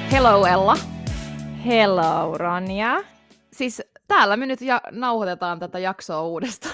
Hello Ella. Hello Ronja. Siis täällä me nyt nauhoitetaan tätä jaksoa uudestaan.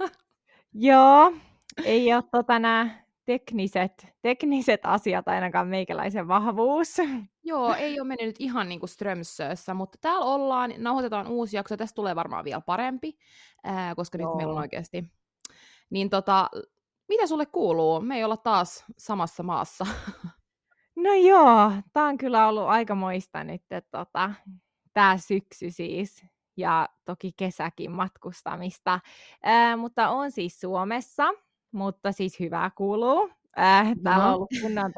Joo, ei ole nämä tekniset asiat ainakaan meikäläisen vahvuus. Joo, ei ole mennyt ihan niin kuin Strömsössä, mutta täällä ollaan, nauhoitetaan uusi jakso, tästä tulee varmaan vielä parempi, koska nyt meillä on oikeasti. Niin mitä sulle kuuluu? Me ei olla taas samassa maassa. No joo, tää on kyllä ollut aikamoista nyt, tää syksy siis, ja toki kesäkin matkustamista, mutta on siis Suomessa, mutta siis hyvää kuuluu. Täällä on ollut kunnon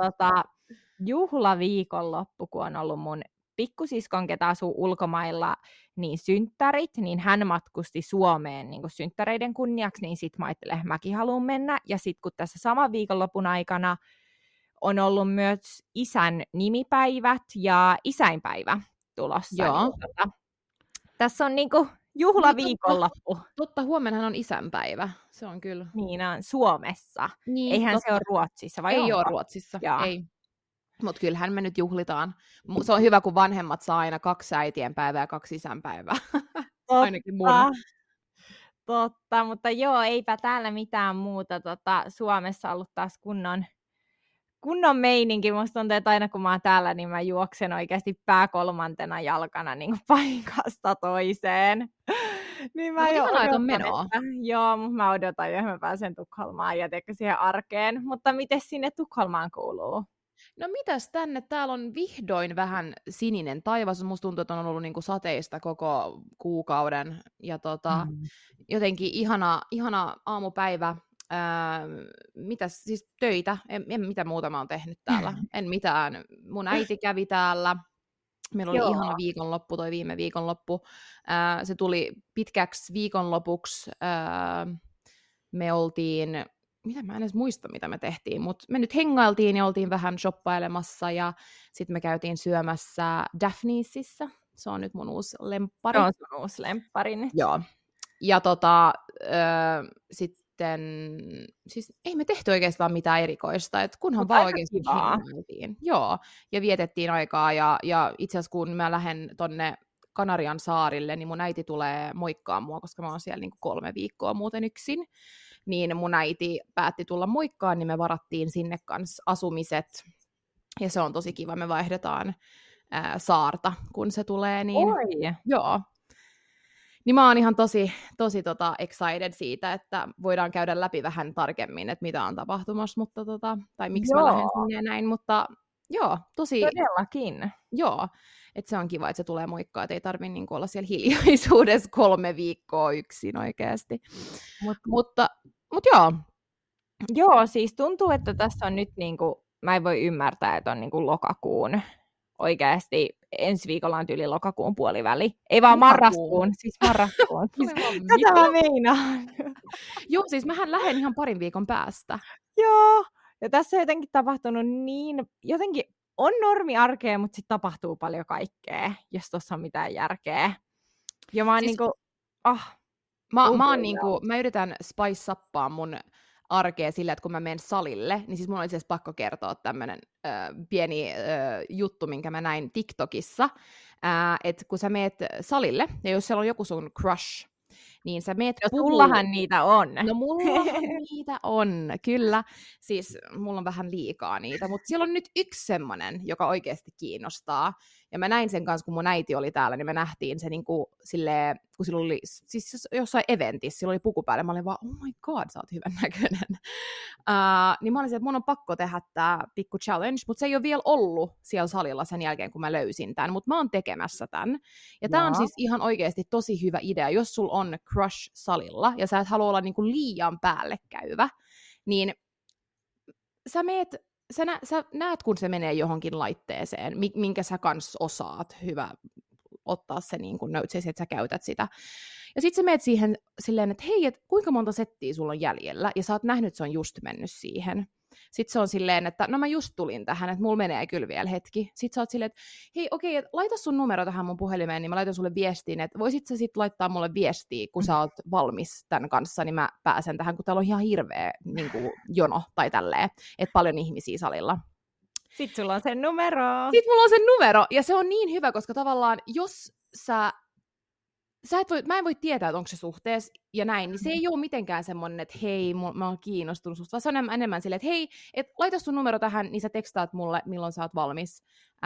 juhlaviikonloppu, kun on ollut mun pikkusiskon, ketä asuu ulkomailla, niin synttärit, niin hän matkusti Suomeen niin synttäreiden kunniaksi, niin sit mä ajattelin, että mäkin haluan mennä, ja sit kun tässä saman viikonlopun aikana on ollut myös isän nimipäivät ja isäinpäivä tulossa. Joo. Niin, tässä on niinku juhlaviikonloppu. Totta, huomennahan on isänpäivä. Se on kyllä. Niin on Suomessa. Niin, eihän totta. se ole Ruotsissa, vai ei onko? ole Ruotsissa, ei. Mutta kyllähän me nyt juhlitaan. Se on hyvä, kun vanhemmat saa aina 2 äitienpäivää ja 2 isänpäivää. Ainakin mun. Totta, mutta joo, eipä täällä mitään muuta. Suomessa on ollut taas kunnon meininki. Musta tuntuu, että aina kun mä oon täällä, niin mä juoksen oikeasti pää kolmantena jalkana niin paikasta toiseen. Niin mä odotan menoa. Joo, mutta mä odotan, että mä pääsen Tukholmaan ja siihen arkeen. Mutta miten sinne Tukholmaan kuuluu? No mitäs tänne? Täällä on vihdoin vähän sininen taivas. Musta tuntuu, että on ollut niinku sateista koko kuukauden. Ja jotenkin ihana aamupäivä. Mitäs siis töitä? En mitä muuta mä oon tehnyt täällä. En mitään. Mun äiti kävi täällä. Meillä oli ihana viikonloppu, toi viime viikonloppu. Se tuli pitkäksi viikonlopuksi. Me oltiin... Mitä mä en edes muista, mitä me tehtiin, mutta me nyt hengailtiin ja oltiin vähän shoppailemassa ja sitten me käytiin syömässä Daphnesissa. Se on nyt mun uusi lemppari. Se on sun uusi lemppari nyt. Joo. Ja sitten, siis ei me tehty oikeastaan mitään erikoista, että kunhan vaan oikeasti hengailtiin. Joo, ja vietettiin aikaa ja itse asiassa kun mä lähden tonne Kanarian saarille, niin mun äiti tulee moikkaa mua, koska mä oon siellä niinku 3 viikkoa muuten yksin. Niin mun äiti päätti tulla moikkaan, niin me varattiin sinne kanssa asumiset. Ja se on tosi kiva, me vaihdetaan saarta, kun se tulee. Niin, joo. Niin mä oon ihan tosi excited siitä, että voidaan käydä läpi vähän tarkemmin, että mitä on tapahtumassa, mutta tai miksi mä lähden sinne näin, mutta joo, tosi... Todellakin. Joo, että se on kiva, että se tulee moikkaa, että ei tarvitse niinku olla siellä hiljaisuudessa 3 viikkoa yksin oikeasti. Mutta joo. Joo, siis tuntuu, että tässä on nyt niinku, mä en voi ymmärtää, että on niinku lokakuun, oikeasti ensi viikolla on tyyli lokakuun puoliväli. Ei vaan marraskuun, siis marraskuun. Tätä mä meinaan. Joo, siis mähän lähden ihan 2 viikon päästä. Joo, ja tässä on jotenkin tapahtunut niin, jotenkin on normiarkea, mutta sitten tapahtuu paljon kaikkea, jos tuossa on mitään järkeä. Ja mä oon siis, mä yritän spice-uppaa mun arkea sillä, että kun mä menen salille, niin siis mun on itse asiassa pakko kertoa tämmönen pieni juttu, minkä mä näin TikTokissa, että kun sä meet salille, ja jos siellä on joku sun crush, niin sä meet sullahan niitä on. No mullahan niitä on, kyllä. Siis mulla on vähän liikaa niitä, mutta siellä on nyt yksi semmonen, joka oikeasti kiinnostaa. Ja mä näin sen kanssa, kun mun äiti oli täällä, niin me nähtiin se niinku silleen, kun sillä oli, siis jossain eventissä, sillä oli puku päällä, mä olin vaan, oh my god, sä oot hyvän näköinen. Niin mä olin se, että mun on pakko tehdä tää pikku challenge, mutta se ei ole vielä ollut siellä salilla sen jälkeen, kun mä löysin tämän, mutta mä oon tekemässä tämän. Ja tää on siis ihan oikeasti tosi hyvä idea, jos sul on crush salilla, ja sä et halua olla niinku liian päälle käyvä, niin sä näet, kun se menee johonkin laitteeseen, minkä sä kans osaat, hyvä ottaa se niin kuin notes, että sä käytät sitä. Ja sit sä meet siihen silleen, että hei, et kuinka monta settiä sulla on jäljellä, ja sä oot nähnyt, että se on just mennyt siihen. Sitten se on silleen, että no mä just tulin tähän, että mulla menee kyllä vielä hetki. Sitten sä oot silleen, että hei okei, laita sun numero tähän mun puhelimeen, niin mä laitan sulle viestiin, että voisit sä sit laittaa mulle viestiä, kun sä oot valmis tämän kanssa, niin mä pääsen tähän, kun täällä on ihan hirveä niin kuin jono tai tälleen, että paljon ihmisiä salilla. Sitten sulla on sen numero. Sitten mulla on sen numero, ja se on niin hyvä, koska tavallaan, jos mä en voi tietää, että onko se suhteessa ja näin, niin se ei ole mitenkään semmoinen, että hei, mä oon kiinnostunut susta, vaan se on enemmän silleen, että hei, laita sun numero tähän, niin sä tekstaat mulle, milloin sä oot valmis.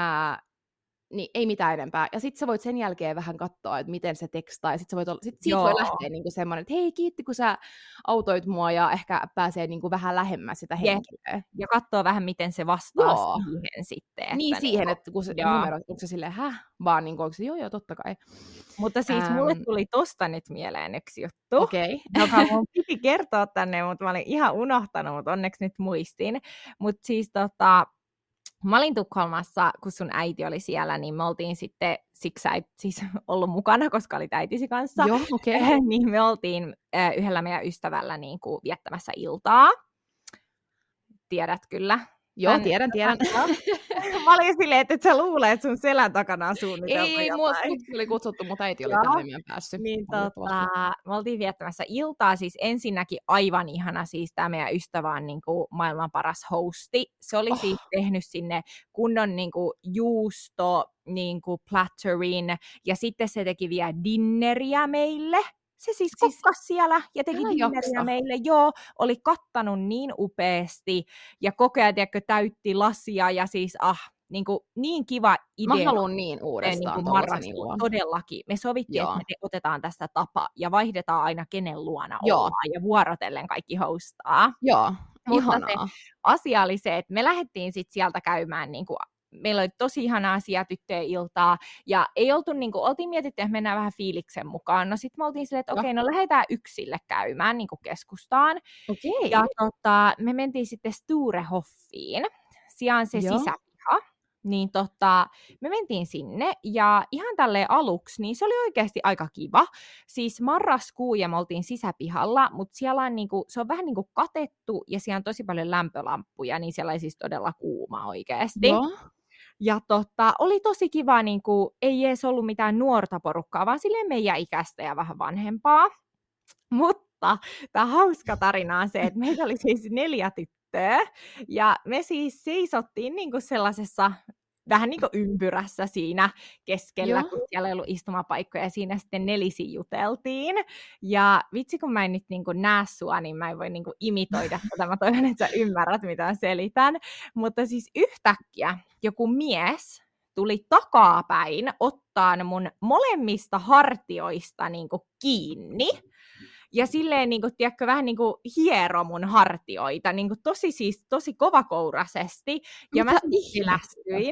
Niin ei mitään enempää. Ja sitten sä voit sen jälkeen vähän katsoa, että miten se tekstaa. Ja sitten siitä voi lähteä niinku semmoinen, että hei, kiitti, kun sä autoit mua, ja ehkä pääsee niinku vähän lähemmäs sitä henkilöä. Ja katsoa vähän, miten se vastaa siihen sitten. Että niin siihen, että kun se numero, onko se silleen, vaan niinku, onko se, joo, totta kai. Mutta siis mulle tuli tosta nyt mieleen yksi juttu, joka mun piti kertoa tänne, mutta mä olin ihan unohtanut, mutta onneksi nyt muistin. Mutta siis mä olin Tukholmassa, kun sun äiti oli siellä, niin me oltiin sitten, siksi sä et siis ollut mukana, koska olit äitisi kanssa, niin me oltiin yhdellä meidän ystävällä niin kuin viettämässä iltaa. Tiedät kyllä. Joo, tiedän. Mä olin silleen, että et sä luulet, että sun selän takana on suunniteltu jotain. Ei, mua oli kutsuttu, mutta äiti oli tänne meidän päässyt. Niin me oltiin viettämässä iltaa, siis ensinnäkin aivan ihana, siis tämä meidän ystävä on niin kuin maailman paras hosti. Se oli siis tehnyt sinne kunnon niin kuin juusto, niin kuin platterin, ja sitten se teki vielä dinneriä meille. Se siis kokkas siellä ja teki dinneriä meille. Joo, oli kattanut niin upeasti ja koko ajan täytti lasia ja siis niin kiva idea. Mä haluan niin uudestaan niin todellakin. Me sovittiin, että me otetaan tästä tapa ja vaihdetaan aina kenen luona ollaan ja vuorotellen kaikki hostaa. Joo, ihanaa. Se asia oli se, että me lähdettiin sitten sieltä käymään niin kuin meillä oli tosi ihanaa asiaa tyttöjen iltaa, ja ei oltu, niin kuin, oltiin mietitty, että mennään vähän fiiliksen mukaan. No sitten me oltiin silleen, että okei, no lähdetään yksille käymään niin kuin keskustaan. Okay. Ja me mentiin sitten Sturehoffiin, sijaan se sisäpiha. Niin me mentiin sinne, ja ihan tälleen aluksi, niin se oli oikeasti aika kiva. Siis marraskuu, ja me oltiin sisäpihalla, mutta siellä on niinku, se on vähän niin kuin katettu, ja siellä on tosi paljon lämpölamppuja, niin siellä oli siis todella kuuma oikeasti. No. Ja oli tosi kiva, niinku, ei edes ollut mitään nuorta porukkaa, vaan silleen meidän ikäistä ja vähän vanhempaa. Mutta tämä hauska tarina on se, että meillä oli siis 4 tyttöä, ja me siis seisottiin niinku sellaisessa vähän niin kuin ympyrässä siinä keskellä, kun siellä ei ollut istumapaikkoja, ja siinä sitten 4 juteltiin. Ja vitsi, kun mä en nyt niin kuin näe sua, niin mä en voi niin kuin imitoida tätä. Mä toivon, että sä ymmärrät, mitä mä selitän. Mutta siis yhtäkkiä joku mies tuli takapäin ottaan mun molemmista hartioista niin kuin kiinni. Ja silleen, niin kuin, tiedätkö, vähän niin kuin hiero mun hartioita, niin kuin tosi kovakouraisesti. Ja mä lähestyin.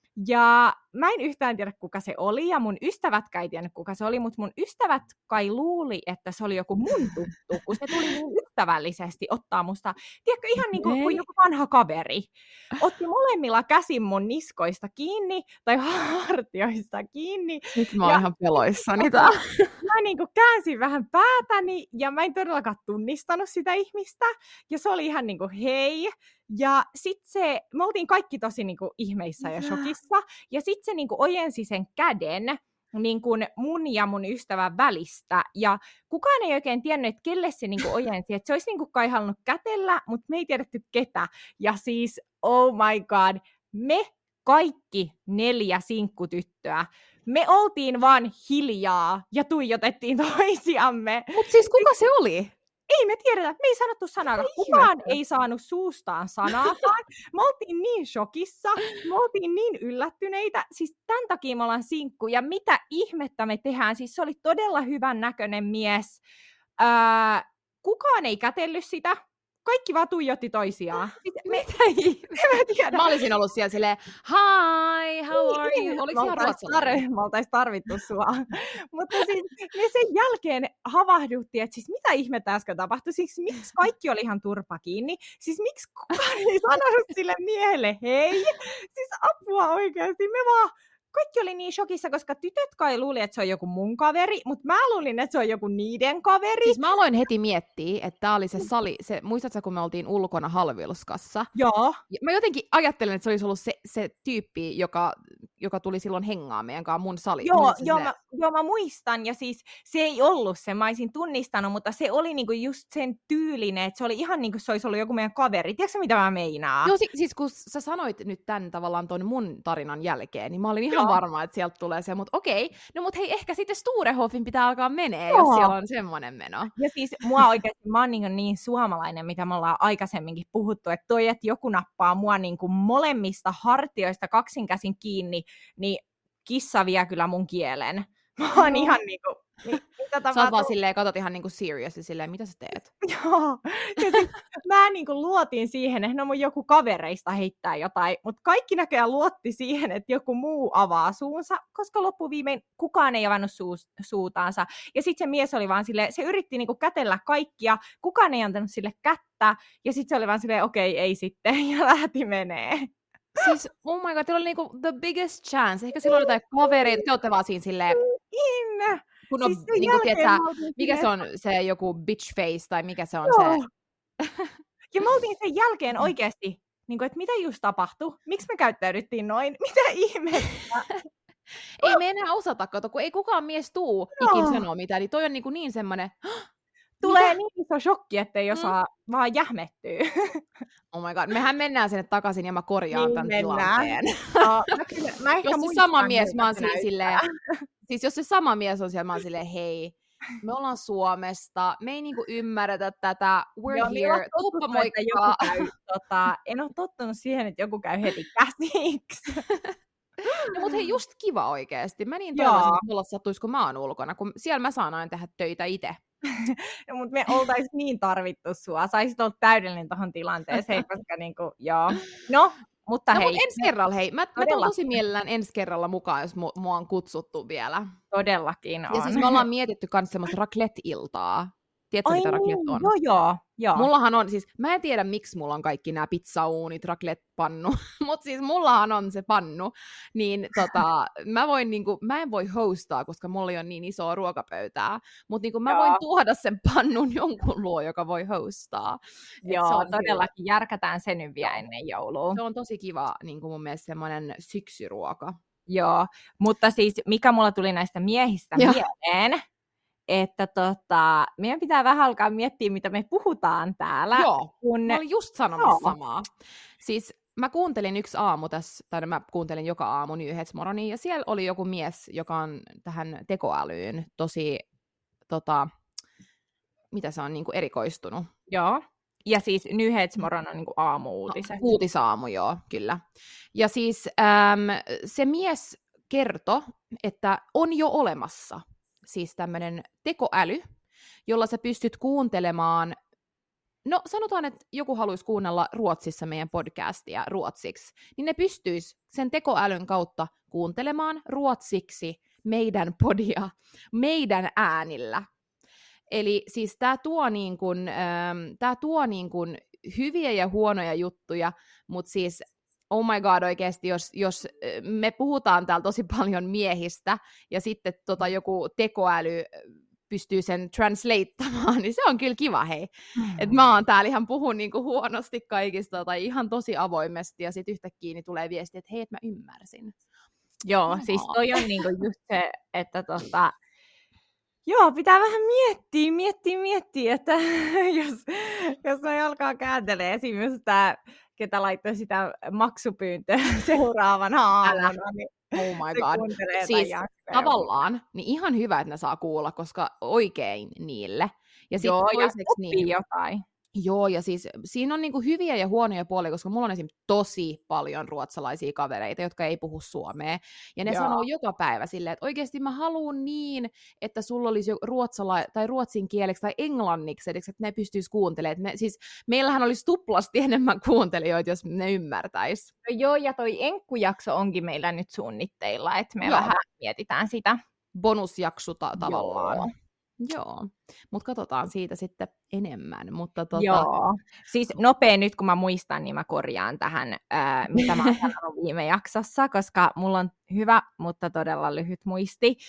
Ja mä en yhtään tiedä, kuka se oli, ja mun ystävätkään ei tiennyt, kuka se oli, mutta mun ystävät kai luuli, että se oli joku mun tuttu, kun se tuli niin ystävällisesti ottaa musta, tiedätkö, ihan niin kuin joku vanha kaveri. Otti molemmilla käsin mun niskoista kiinni, tai hartioista kiinni. Nyt mä oon ihan peloissani. Mä niin kuin käänsin vähän päätäni, ja mä en todellakaan tunnistanut sitä ihmistä, ja se oli ihan niin kuin hei. Ja sitten me oltiin kaikki tosi niinku ihmeissä ja shokissa, ja sitten se niinku ojensi sen käden niinku mun ja mun ystävän välistä, ja kukaan ei oikein tiennyt, että kelle se niinku ojensi, että se olisi niinku kai halunnut kätellä, mutta me ei tiedetty ketä, ja siis oh my god, me kaikki 4 sinkkutyttöä, me oltiin vaan hiljaa ja tuijotettiin toisiamme. Mutta siis kuka se oli? Ei me tiedetä, me ei sanottu sanaakaan. Kukaan ei saanut suustaan sanaakaan. Me oltiin niin shokissa, me oltiin niin yllättyneitä. Siis tämän takia me ollaan sinkku. Ja mitä ihmettä me tehdään? Siis se oli todella hyvän näköinen mies. Kukaan ei kätellyt sitä. Kaikki vaan tuijotti toisiaan. Mä olisin ollut siellä silleen, hi, how are you? Oliko siellä ruotsalainen? Me oltais tarvittu sua. Mutta siis me sen jälkeen havahduttiin, että siis mitä ihmettä äsken tapahtui. Siis miksi kaikki oli ihan turpa kiinni? Siis miksi kukaan ei sanonut sille miehelle hei? Siis apua oikeasti. Me vaan kaikki oli niin shokissa, koska tytöt kai luuli, että se on joku mun kaveri, mutta mä luulin, että se on joku niiden kaveri. Siis mä aloin heti miettiä, että tää oli se sali, muistatko kun me oltiin ulkona Halvilskassa? Joo. Mä jotenkin ajattelin, että se olisi ollut se tyyppi, joka joka tuli silloin hengaan meidän kanssa mun sali. Mä muistan, ja siis se ei ollut se, mä olisin tunnistanut, mutta se oli niinku just sen tyylinen, että se oli ihan niin kuin se olisi ollut joku meidän kaveri. Tiedätkö mitä mä meinaan? Joo, siis kun sä sanoit nyt tämän tavallaan ton mun tarinan jälkeen, niin mä olin ihan varma, että sieltä tulee se, mutta okei, no mut hei, ehkä sitten Sturehofin pitää alkaa menee, jos siellä on semmoinen meno. Ja siis mua oikeasti, mä oon niin suomalainen, mitä me ollaan aikaisemminkin puhuttu, että toi, että joku nappaa mua niin kuin molemmista hartioista kaksin käsin kiinni, niin kissa vie kyllä mun kielen. Mä oon ihan niinku... Sä oot vaan silleen, katot ihan niinku serious ja silleen, mitä sä teet? Joo. Ja siis, mä niinku luotin siihen, että no mun joku kavereista heittää jotain, mutta kaikki näköjään luotti siihen, että joku muu avaa suunsa, koska loppuviimein kukaan ei avannut suutaansa. Ja sitten se mies oli vaan silleen, se yritti niinku kätellä kaikkia, kukaan ei antanut sille kättä, ja sitten se oli vaan silleen, okei, ei sitten, ja lähti menee. Siis, oh my god, teillä oli niinku the biggest chance. Ehkä silloin jotain kavereita, te ootte vaan siinä silleen... Kun on, siis niinku, tiiätsä, mikä se on se joku bitch face, tai mikä se on se... Ja me oltiin sen jälkeen oikeasti, niinku, että mitä just tapahtui? Miksi me käyttäydyttiin noin? Mitä ihmettä? Ei me enää osata, kato, kun ei kukaan mies tuu ikin sanoa mitään, niin toi on niin semmoinen... Tulee niin iso shokki, ettei osaa vaan jähmettyä. Oh my god, mehän mennään sinne takaisin ja mä korjaan tämän tilanteen. No, mä ehkä jos se sama mies, mä oon silleen... Siis jos se sama mies on siellä, mä oon silleen, hei, me ollaan Suomesta, me ei niinku ymmärretä tätä, we're here, tuppa moikkaa. En ole tottunut siihen, että joku käy heti käsiksi. No, mutta hei, just kiva oikeesti. Mä niin toivoisin, että mulla sattuisi, kun mä oon ulkona, kun siellä mä saan aina tehdä töitä itse. No, mutta me oltais niin tarvittu sua. Saisit olla täydellinen tohon tilanteeseen, koska niinku, joo. No, mutta hei. Mut ensi kerralla, hei. Mä tulen tosi mielellään ensi kerralla mukaan, jos mua on kutsuttu vielä. Todellakin on. Ja siis me ollaan mietitty kans semmoista raclette-iltaa. Tiedätkö, mitä raclette on? Joo. Mullahan on, siis mä en tiedä, miksi mulla on kaikki nämä pizzauunit, raclette-pannu, mutta siis mullahan on se pannu, niin mä en voi hostaa, koska mulla ei ole niin isoa ruokapöytää, mutta niinku mä voin tuoda sen pannun jonkun luo, joka voi hostaa. Joo, todellakin järkätään se nyt vielä ennen joulua. Se on tosi kiva, niinku mun mielestä semmoinen syksyruoka. Joo, mutta siis mikä mulla tuli näistä miehistä mieleen, että meidän pitää vähän alkaa miettiä, mitä me puhutaan täällä. Joo, mä olin just sanomassa samaa. Siis mä kuuntelin yksi aamu tässä, tai mä kuuntelin joka aamu Nyhetsmoronia, ja siellä oli joku mies, joka on tähän tekoälyyn tosi, mitä se on, niin kuin erikoistunut. Joo. Ja siis Nyhetsmoron on niin kuin aamu-uutiset. Uutisaamu, joo, kyllä. Ja siis se mies kertoi, että on jo olemassa siis tämmöinen tekoäly, jolla sä pystyt kuuntelemaan, no sanotaan, että joku haluaisi kuunnella Ruotsissa meidän podcastia ruotsiksi, niin ne pystyisi sen tekoälyn kautta kuuntelemaan ruotsiksi meidän podia, meidän äänillä. Eli siis tämä tuo niin kuin hyviä ja huonoja juttuja, mutta siis oh my god, oikeasti, jos me puhutaan täällä tosi paljon miehistä, ja sitten joku tekoäly pystyy sen translateamaan, niin se on kyllä kiva, hei. Et mä oon täällä ihan puhun niinku huonosti kaikista, tai ihan tosi avoimesti, ja sitten yhtäkkiä niin tulee viesti, että hei, et mä ymmärsin. Joo, siis toi on niinku just se, että joo, pitää vähän miettiä, että jos noi alkaa kääntelee esimerkiksi tämä, ketä laittoi sitä maksupyyntöä seuraavana aamuna, niin oh my god. Siis tavallaan, niin ihan hyvä, että ne saa kuulla, koska oikein niille. Ja joo, ja oppii jotain. Joo, ja siis siinä on niinku hyviä ja huonoja puolia, koska mulla on esimerkiksi tosi paljon ruotsalaisia kavereita, jotka ei puhu suomea. Ja ne sanoo joka päivä silleen, että oikeasti mä haluan niin, että sulla olisi tai ruotsin kieleksi tai englanniksi, että ne pystyisi kuuntelemaan. Siis meillähän olisi tuplasti enemmän kuuntelijoita, jos ne ymmärtäisi. No joo, ja toi enkkujakso onkin meillä nyt suunnitteilla, että me vähän mietitään sitä. Bonusjakso tavallaan. Joo, mutta katsotaan siitä sitten enemmän. Mutta Joo. Siis nopea nyt, kun mä muistan, niin mä korjaan tähän, mitä mä oon sanonut viime jaksossa, koska mulla on hyvä, mutta todella lyhyt muisti.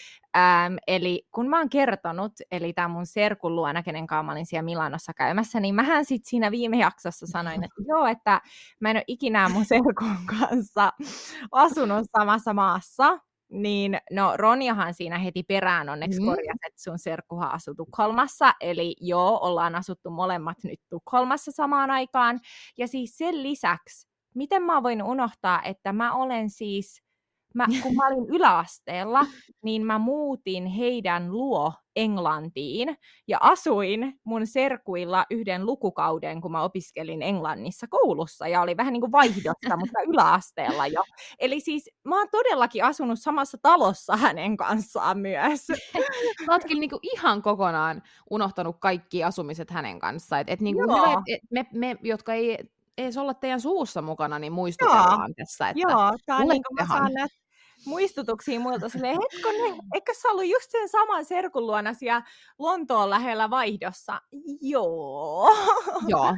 Eli kun mä oon kertonut, eli tää mun serkun luona, kenen kanssa mä olin siellä Milanossa käymässä, niin mähän sit siinä viime jaksossa sanoin, että joo, että mä en ole ikinä mun serkun kanssa asunut samassa maassa. Niin, no Ronjahan siinä heti perään onneksi korjasi, että sun serkkuhan asui Tukholmassa, eli joo, ollaan asuttu molemmat nyt Tukholmassa samaan aikaan. Ja siis sen lisäksi, miten mä voin unohtaa, että mä olen siis, kun mä olin yläasteella, niin mä muutin heidän luo Englantiin ja asuin mun serkuilla yhden lukukauden, kun mä opiskelin Englannissa koulussa ja oli vähän niin kuin vaihdossa, mutta yläasteella jo. Eli siis mä oon todellakin asunut samassa talossa hänen kanssaan myös. Sä oot kyllä niinku ihan kokonaan unohtanut kaikki asumiset hänen kanssaan. Et niinku hyvä, et me, jotka ei edes olla teidän suussa mukana, niin muistutellaan tässä. Että joo, tää on niin kuin mä saan muistutuksia muilta silleen, hetkonen, eikö sä ollut just sen saman serkun luona siellä Lontoon lähellä vaihdossa? Joo. Joo,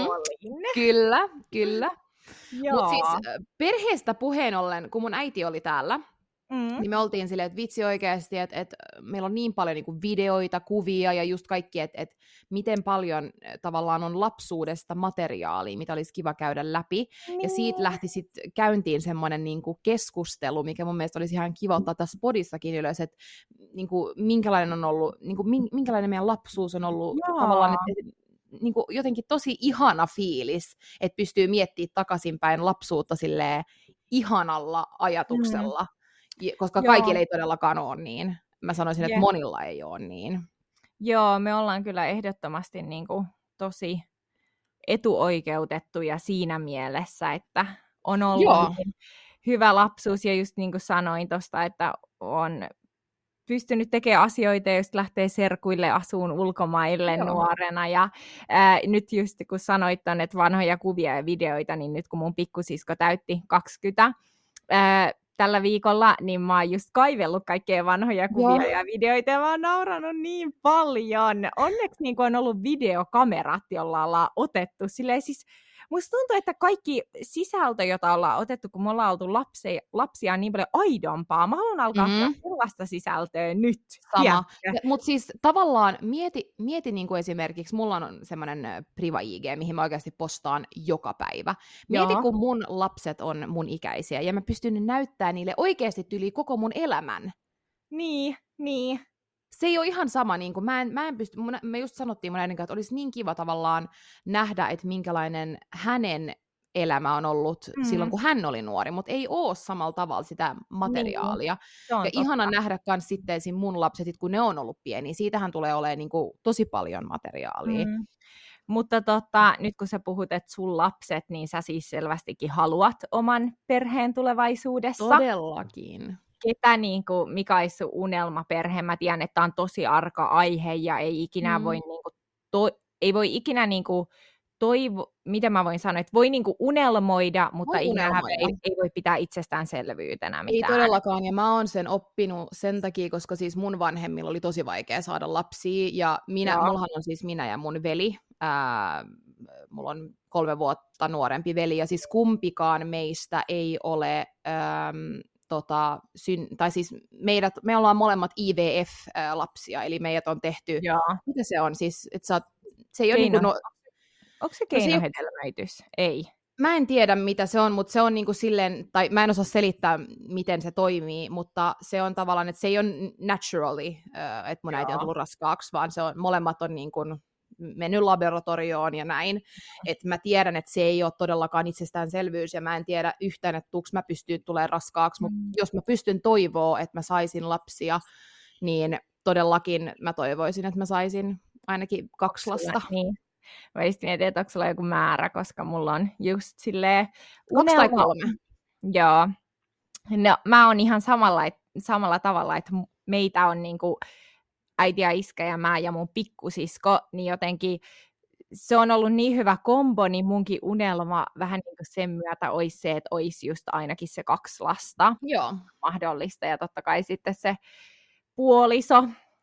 kyllä. Mutta siis perheestä puheen ollen, kun mun äiti oli täällä, niin me oltiin silleen, että vitsi oikeasti, että meillä on niin paljon niinku videoita, kuvia ja just kaikki, että miten paljon tavallaan on lapsuudesta materiaalia, mitä olisi kiva käydä läpi. Ja siitä lähti sitten käyntiin semmoinen niinku keskustelu, mikä mun mielestä olisi ihan kiva ottaa tässä podissakin ylös, että niinku, minkälainen on ollut, niinku, minkälainen meidän lapsuus on ollut tavallaan, että niinku, jotenkin tosi ihana fiilis, että pystyy miettimään takaisinpäin lapsuutta silleen ihanalla ajatuksella. Koska kaikilla ei todellakaan ole niin. Mä sanoisin, että monilla ei ole niin. Joo, me ollaan kyllä ehdottomasti niin kuin tosi etuoikeutettuja siinä mielessä, että on ollut hyvä lapsuus. Ja just niin kuin sanoin tuosta, että on pystynyt tekemään asioita, jos lähtee serkuille asuun ulkomaille nuorena. Ja nyt just kun sanoit ton, että vanhoja kuvia ja videoita, niin nyt kun mun pikkusisko täytti 20, tällä viikolla, niin mä oon just kaivellut kaikkea vanhoja kuvia ja videoita, ja mä oon nauranut niin paljon. Onneksi niin on ollut videokamerat, jolla ollaan otettu. Silleen siis, musta tuntuu, että kaikki sisältö, jota ollaan otettu, kun me ollaan oltu lapsia, on niin paljon aidompaa. Mä haluan alkaa sellaista sisältöä nyt. Sama. Mutta siis tavallaan mieti niin kuin esimerkiksi, mulla on semmoinen priva IG, mihin mä oikeasti postaan joka päivä. Mieti, kun mun lapset on mun ikäisiä, ja mä pystyn näyttämään niille oikeasti yli koko mun elämän. Niin. Se ei ole ihan sama, niin kuin mä en pysty, me just sanottiin mun äidin kanssa, että olisi niin kiva tavallaan nähdä, että minkälainen hänen elämä on ollut silloin, kun hän oli nuori, mutta ei ole samalla tavalla sitä materiaalia. Ja ihana nähdä myös sitten mun lapset, kun ne on ollut pieniä, siitähän tulee olemaan niin kuin tosi paljon materiaalia. Mutta nyt kun sä puhut, että sun lapset, niin sä siis selvästikin haluat oman perheen tulevaisuudessa. Todellakin. Ketä, niin kuin, mikä olisi sun unelmaperhe? Mä tiedän, että on tosi arka aihe ja ei ikinä voi, niin kuin, ei voi ikinä niin kuin, mitä mä voin sanoa, että voi niin kuin, unelmoida, mutta ei voi pitää itsestäänselvyytenä mitään. Ei todellakaan, ja mä oon sen oppinut sen takia, koska siis mun vanhemmilla oli tosi vaikea saada lapsia, ja mullahan on siis minä ja mun veli, mulla on 3 vuotta nuorempi veli, ja siis kumpikaan meistä ei ole tai siis me ollaan molemmat IVF-lapsia, eli meidät on tehty, mitä se on siis, että se ei ole niin kuin, onko se keinohedelmöitys? Ei. Mä en tiedä, mitä se on, mutta se on niin kuin silleen, tai mä en osaa selittää, miten se toimii, mutta se on tavallaan, että se ei ole naturally, että mun äiti on tullut raskaaksi, vaan se on, molemmat on niin kuin mennyt laboratorioon ja näin, että mä tiedän, että se ei ole todellakaan itsestäänselvyys, ja mä en tiedä yhtään, että tuuks mä pystyn tulemaan raskaaksi, mutta jos mä pystyn toivoa, että mä saisin lapsia, niin todellakin mä toivoisin, että mä saisin ainakin 2 lasta. Niin. Mä just mietin, että onko sulla joku määrä, koska mulla on just silleen 2 tai 3. Joo. No, mä oon ihan samalla tavalla, että meitä on niinku äiti ja iskä ja mä ja mun pikkusisko, niin jotenkin se on ollut niin hyvä kombo, niin munkin unelma vähän niin kuin sen myötä olisi se, että olisi just ainakin se 2 lasta mahdollista, ja totta kai sitten se puoliso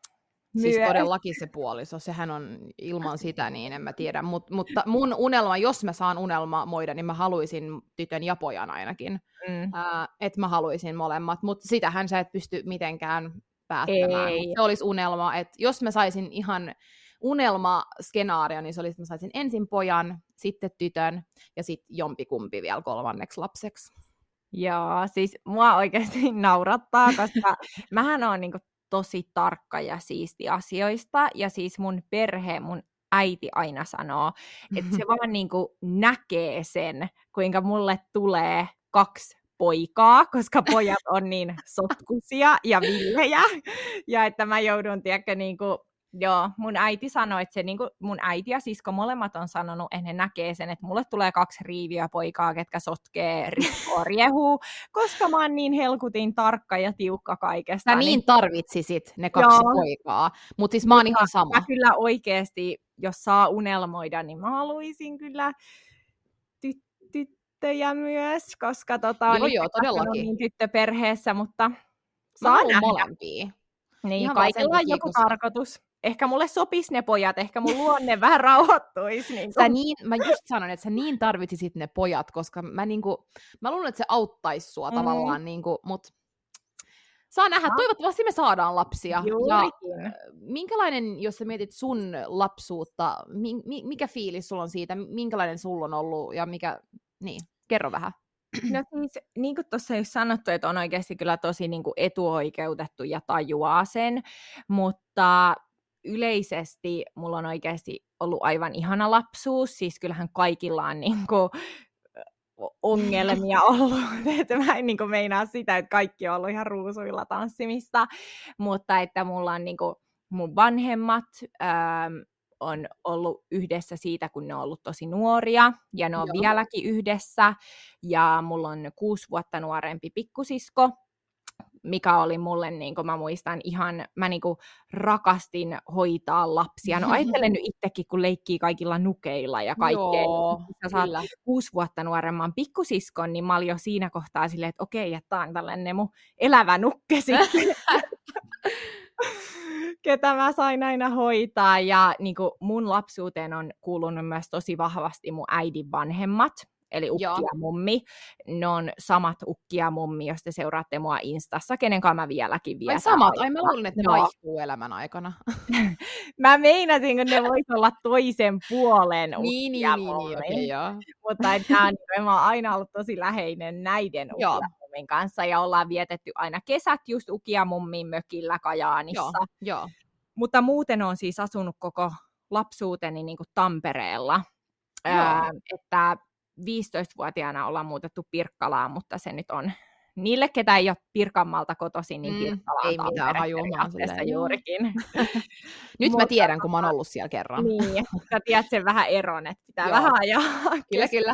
Siis todellakin se puoliso, sehän on ilman sitä, niin en mä tiedä. Mutta mun unelma, jos mä saan unelmoida, niin mä haluaisin tytön ja pojan ainakin. Että mä haluaisin molemmat, mutta sitähän sä et pysty mitenkään päättämään. Se olisi unelma, että jos mä saisin ihan unelmaskenaario, niin se olisi, että mä saisin ensin pojan, sitten tytön ja sitten jompikumpi vielä 3. lapseksi. Joo, siis mua oikeasti naurattaa, koska mähän oon niinku tosi tarkka ja siisti asioista, ja siis mun perhe, mun äiti aina sanoo, että se vaan niinku näkee sen, kuinka mulle tulee 2 poikaa, koska pojat on niin sotkuisia ja villejä, ja että mä joudun, tiedätkö, niinku, joo, mun äiti sanoi, että se, niinku, mun äiti ja sisko molemmat on sanonut, että ne näkee sen, että mulle tulee 2 riiviä poikaa, ketkä sotkee, rikkoo, riehuu, koska mä oon niin helkutin tarkka ja tiukka kaikesta. Sä niin tarvitsisit ne 2 poikaa, mutta siis mä oon ihan sama. Mä kyllä oikeesti, jos saa unelmoida, niin mä haluaisin kyllä tyttöjä myös, koska joo, todellakin. Niin tyttöperheessä, mutta saa nähdä molempia. Niin, ihan kaikilla on joku tarkoitus. Ehkä mulle sopisi ne pojat, ehkä mun luonne vähän rauhoittuisi. Mä just sanon, että sä niin tarvitsisit ne pojat, koska mä luulen, että se auttaisi sua tavallaan, mutta saa nähdä, toivottavasti me saadaan lapsia. Juurikin. Ja minkälainen, jos sä mietit sun lapsuutta, mikä fiilis sulla on siitä, minkälainen sulla on ollut ja kerro vähän. No siis, niin kuin tuossa just sanottu, että on oikeasti kyllä tosi niin kuin etuoikeutettu ja tajuaa sen, mutta yleisesti mulla on oikeasti ollut aivan ihana lapsuus, siis kyllähän kaikilla on niin kuin ongelmia ollut, että mä en niin kuin meinaa sitä, että kaikki on ollut ihan ruusuilla tanssimista, mutta että mulla on niin kuin mun vanhemmat on ollut yhdessä siitä, kun ne on ollut tosi nuoria, ja ne on vieläkin yhdessä, ja mulla on 6 vuotta nuorempi pikkusisko, mikä oli mulle, niin kuin mä muistan, mä niin kuin rakastin hoitaa lapsia. No ajattelen nyt itsekin, kun leikkii kaikilla nukeilla ja kaikkea. Sä saat 6 vuotta nuoremman pikkusiskon, niin mä olin jo siinä kohtaa silleen, että okei, että tää on tällainen mun elävä nukke sitten. Ketä mä sain aina hoitaa, ja niin kuin mun lapsuuteen on kuulunut myös tosi vahvasti mun äidin vanhemmat, eli ukki ja mummi. Ne on samat ukki ja mummi, jos te seuraatte mua Instassa, kenen kanssa mä vieläkin vietän. Samat? Ai mä luulen, että ne vaihtuu elämän aikana. Mä meinasin, kun ne vois olla toisen puolen ukki ja mummi. Mutta mä oon aina ollut tosi läheinen näiden ukki ja mummin kanssa, ja ollaan vietetty aina kesät just ukki ja mummin mökillä Kajaanissa. Joo. Mutta muuten on siis asunut koko lapsuuteni niin kuin Tampereella. Että 15-vuotiaana ollaan muutettu Pirkkalaan, mutta se nyt on niille, ketä ei ole Pirkanmaalta kotoisin, niin Pirkkala on ei mitään hajua juurikin. Nyt mä tiedän, kun mä oon ollut siellä kerran. Niin, sä tiedät sen vähän eron, että pitää vähän ajaa. Kyllä.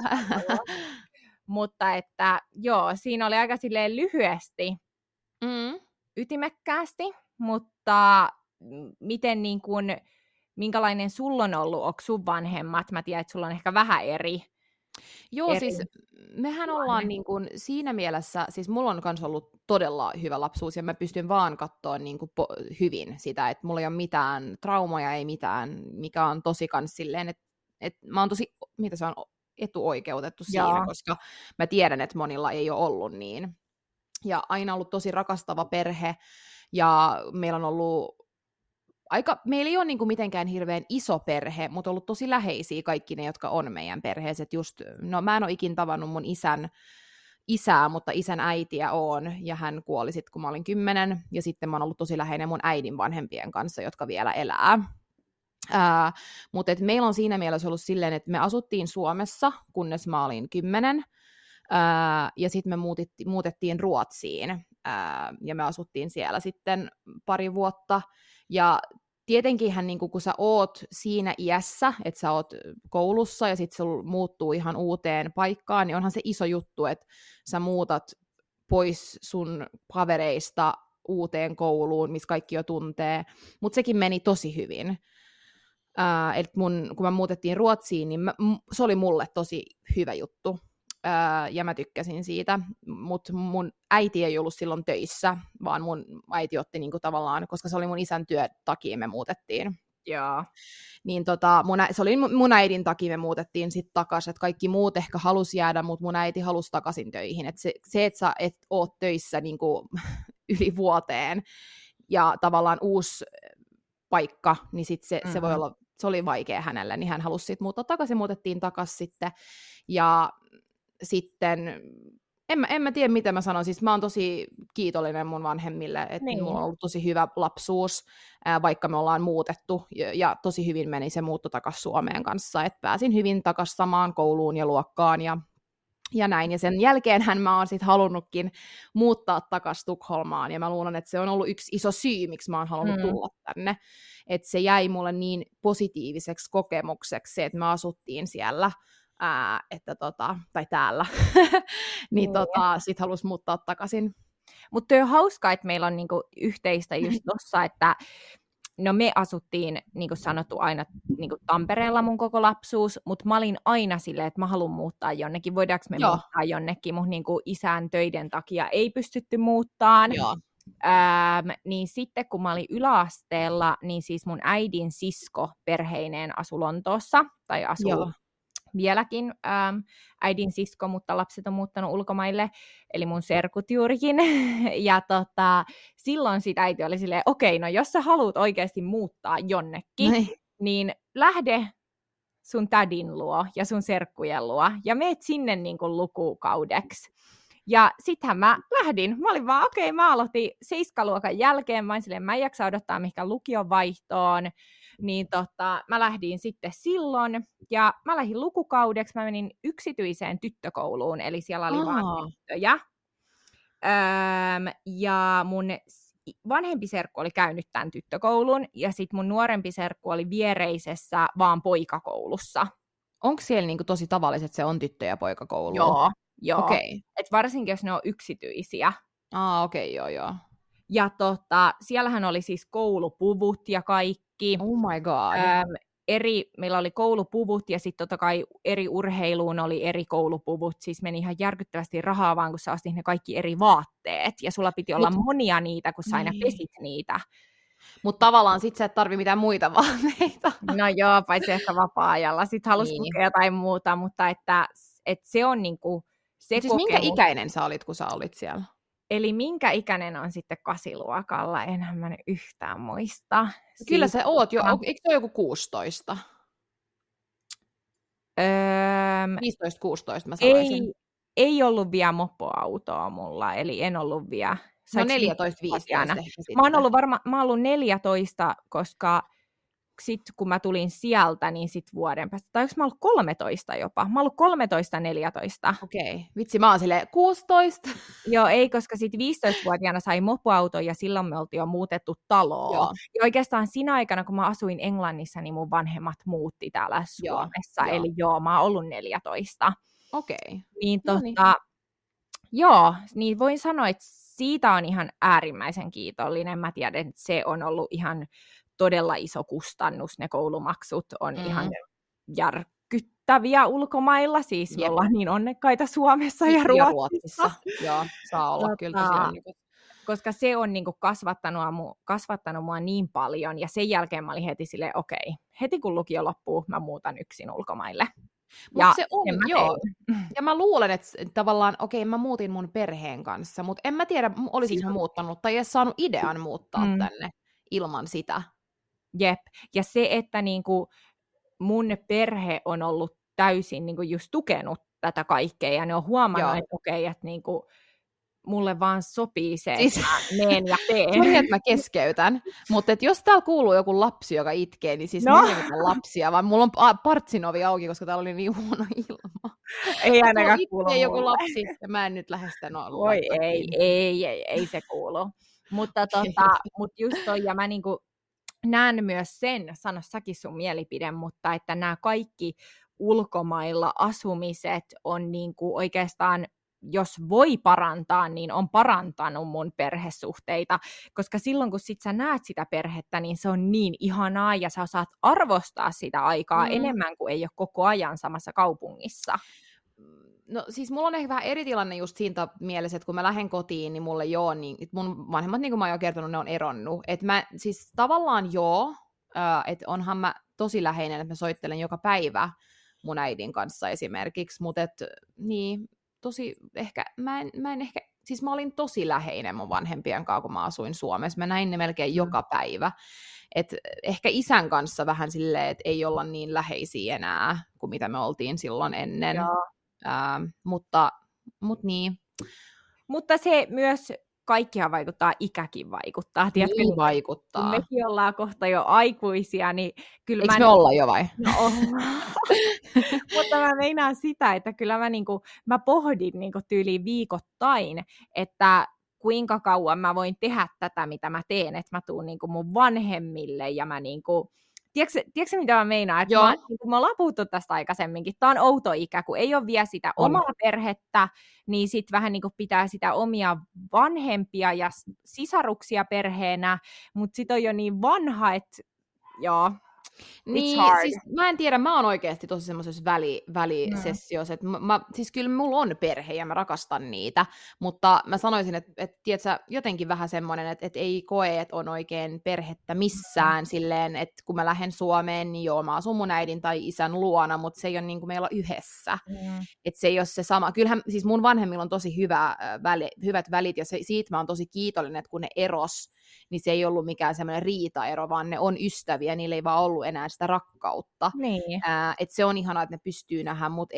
Mutta että siinä oli aika silleen lyhyesti, ytimekkäästi, mutta miten niin kuin, minkälainen sulla on ollut, onko sun vanhemmat? Mä tiedän, että sulla on ehkä vähän eri. Siis mehän ollaan niin kuin siinä mielessä, siis mulla on myös ollut todella hyvä lapsuus, ja mä pystyn vaan katsoa niin kuin hyvin sitä, että mulla ei ole mitään traumoja, ei mitään, mikä on tosi kans silleen, että mä oon tosi, mitä se on, etuoikeutettu siinä, koska mä tiedän, että monilla ei ole ollut niin. Ja aina ollut tosi rakastava perhe, ja meillä on ollut meillä ei ole niin kuin mitenkään hirveän iso perhe, mutta on ollut tosi läheisiä kaikki ne, jotka on meidän perheessä. Mä en ole ikin tavannut mun isää, mutta isän äitiä on, ja hän kuoli sitten, kun mä olin 10, ja sitten mä oon ollut tosi läheinen mun äidin vanhempien kanssa, jotka vielä elää. Mutta meillä on siinä mielessä ollut silleen, että me asuttiin Suomessa, kunnes mä olin 10, ja sitten me muutettiin Ruotsiin, ja me asuttiin siellä sitten pari vuotta, ja tietenkinhän niin kun sä oot siinä iässä, että sä oot koulussa ja sitten se muuttuu ihan uuteen paikkaan, niin onhan se iso juttu, että sä muutat pois sun kavereista uuteen kouluun, missä kaikki jo tuntee, mutta sekin meni tosi hyvin. Kun me muutettiin Ruotsiin, niin se oli mulle tosi hyvä juttu. ja mä tykkäsin siitä, mutta mun äiti ei ollut silloin töissä, vaan mun äiti otti niinku tavallaan, koska se oli mun isän työ takia me muutettiin. Joo. Niin se oli mun äidin takia me muutettiin sitten takaisin, että kaikki muut ehkä halusi jäädä, mutta mun äiti halusi takaisin töihin. Et se, että sä et oo töissä niinku yli vuoteen ja tavallaan uusi paikka, niin sit se voi olla, se oli vaikea hänelle, niin hän halusi sitten muuttaa takaisin, muutettiin takaisin sitten. Ja sitten, en mä tiedä mitä mä sanon, siis mä oon tosi kiitollinen mun vanhemmille, että mulla on ollut tosi hyvä lapsuus, vaikka me ollaan muutettu, ja tosi hyvin meni se muutto takaisin Suomeen kanssa, että pääsin hyvin takaisin samaan kouluun ja luokkaan, ja näin, ja sen jälkeenhän mä oon sitten halunnutkin muuttaa takaisin Tukholmaan, ja mä luulen, että se on ollut yksi iso syy, miksi mä oon halunnut tulla tänne, että se jäi mulle niin positiiviseksi kokemukseksi, se, että me asuttiin siellä, tai täällä, niin sit halus muuttaa takaisin. Mutta on hauskaa, että meillä on niinku yhteistä just tossa, että no me asuttiin, niin kuin sanottu, aina niin kuin Tampereella mun koko lapsuus, mutta mä olin aina silleen, että mä haluan muuttaa jonnekin. Voidaanko me muuttaa jonnekin? Mun niin kuin isän töiden takia ei pystytty muuttaan. Niin sitten kun mä olin yläasteella, niin siis mun äidin sisko perheineen asui Lontoossa, tai asuu vieläkin äidin sisko, mutta lapset on muuttanut ulkomaille, eli mun serkut juurikin. Ja silloin sit äiti oli silleen, okei, no jos sä haluat oikeasti muuttaa jonnekin, niin lähde sun tädin luo ja sun serkkujen luo, ja meet sinne niin kuin lukukaudeksi. Ja sittenhän mä lähdin. Mä olin vaan, okei, mä aloitin 7-luokan jälkeen, mä silleen, mä en jaksa odottaa mihinkään lukion vaihtoon, niin mä lähdin sitten silloin, ja mä lähdin lukukaudeksi, mä menin yksityiseen tyttökouluun, eli siellä oli vaan tyttöjä. Ja mun vanhempi serkku oli käynyt tämän tyttökoulun, ja sitten mun nuorempi serkku oli viereisessä vaan poikakoulussa. Onko siellä niinku tosi tavalliset, että se on tyttö- ja poikakoulu? Joo. Okay. Et varsinkin, jos ne on yksityisiä. Okei. Ja siellähän oli siis koulupuvut ja kaikki. Oh my god. Meillä oli koulupuvut ja sitten totta kai eri urheiluun oli eri koulupuvut. Siis meni ihan järkyttävästi rahaa vaan, kun sä ostit ne kaikki eri vaatteet. Ja sulla piti olla monia niitä, kun sä aina pesit niitä. Mutta tavallaan sit sä et tarvi mitään muita vaatteita. No joo, paitsi ehkä vapaa-ajalla. Sitten halusi lukea jotain muuta, mutta että se on niinku se siis minkä ikäinen sä olit, kun sä olit siellä? Eli minkä ikäinen on sitten 8-luokalla? Enhän mä nyt yhtään muista. Kyllä sä oot jo, eikö se ole joku 16? 15-16 mä sanoisin. Ei ollut vielä mopoautoa mulla, eli en ollut vielä. No 14-15 ehkä sitten. Mä oon ollut 14, koska sitten kun mä tulin sieltä, niin sitten vuoden päästä, tai onko mä ollut 13 jopa? Mä oon ollut 13-14. Okei. Vitsi, mä oon silleen 16. Joo, ei, koska sitten 15-vuotiaana sai mopoauto ja silloin me oltiin jo muutettu taloon. Joo. Ja oikeastaan siinä aikana, kun mä asuin Englannissa, niin mun vanhemmat muutti täällä Suomessa. Eli mä oon ollut 14. Okei. Niin niin voin sanoa, että siitä on ihan äärimmäisen kiitollinen. Mä tiedän, että se on ollut ihan todella iso kustannus, ne koulumaksut on ihan järkyttäviä ulkomailla, siis me ollaan niin onnekkaita Suomessa ja Ruotsissa. Joo, saa olla kyllä tosiaan. Koska se on niinku kasvattanut mua niin paljon, ja sen jälkeen mä olin heti silleen, okei, heti kun lukio loppuu, mä muutan yksin ulkomaille. Mutta se on, joo. Ja mä luulen, että tavallaan, mä muutin mun perheen kanssa, mutta en mä tiedä, olisinko mä muuttanut, tai edes saanut idean muuttaa tänne ilman sitä. Jep, ja se, että niinku mun perhe on ollut täysin niinku just tukenut tätä kaikkea, ja ne on huomannut, että että niinku mulle vaan sopii se, että mä meen ja teen. Sori, että mä keskeytän, mutta jos täällä kuuluu joku lapsi, joka itkee, niin siis mulla ei mitään lapsia, vaan mulla on partsinovi auki, koska täällä oli niin huono ilma. Ei ainakaan kuulu mulle. Joku lapsi, ja mä en nyt lähde sitä Voi ei se kuulu. Mutta just toi, ja mä niinku näen myös sen, sano säkin sun mielipide, mutta että nämä kaikki ulkomailla asumiset on niinku oikeastaan, jos voi parantaa, niin on parantanut mun perhesuhteita, koska silloin kun sit sä näet sitä perhettä, niin se on niin ihanaa ja sä osaat arvostaa sitä aikaa enemmän kuin ei ole koko ajan samassa kaupungissa. No siis mulla on ehkä vähän eri tilanne just siinä mielessä, että kun mä lähden kotiin, niin mulle niin mun vanhemmat, niin kuin mä oon jo kertonut, ne on eronnut. Että mä siis tavallaan että onhan mä tosi läheinen, että mä soittelen joka päivä mun äidin kanssa esimerkiksi, mutta niin, tosi ehkä, mä en ehkä, siis mä olin tosi läheinen mun vanhempien kanssa, kun mä asuin Suomessa. Mä näin ne melkein joka päivä. Et ehkä isän kanssa vähän silleen, että ei olla niin läheisiä enää kuin mitä me oltiin silloin ennen. Mutta niin. Mutta se myös kaikkihan vaikuttaa, ikäkin vaikuttaa. Tiedätkö, niin vaikuttaa. Kun mekin ollaan kohta jo aikuisia, niin kyllä eikö me olla jo vai? No ollaan. Mutta mä meinaan sitä, että kyllä mä pohdin tyyliin viikoittain, että kuinka kauan mä voin tehdä tätä, mitä mä teen, että mä tuun mun vanhemmille ja mä tiedätkö mitä mä meinaan? Että me ollaan puhuttu tästä aikaisemminkin. Tämä on outo ikä, kun ei ole vielä sitä omaa perhettä, niin sitten vähän pitää sitä omia vanhempia ja sisaruksia perheenä, mutta sitten on jo niin vanha, että joo. Niin, siis mä en tiedä, mä oon oikeasti tosi semmoisessa välisessiossa, että siis kyllä mulla on perhe ja mä rakastan niitä, mutta mä sanoisin, että tiedätkö, jotenkin vähän semmoinen, että ei koe, että on oikein perhettä missään silleen, että kun mä lähden Suomeen, niin joo, mä asun mun äidin tai isän luona, mutta se ei ole niin kuin meillä yhdessä, että se ei ole se sama. Kyllähän siis mun vanhemmilla on tosi hyvät välit ja siitä mä oon tosi kiitollinen, että kun ne eros, niin se ei ollut mikään semmoinen riitaero, vaan ne on ystäviä, niillä ei vaan ollut enää sitä rakkautta. Niin. Että se on ihanaa, että ne pystyy nähdä, mutta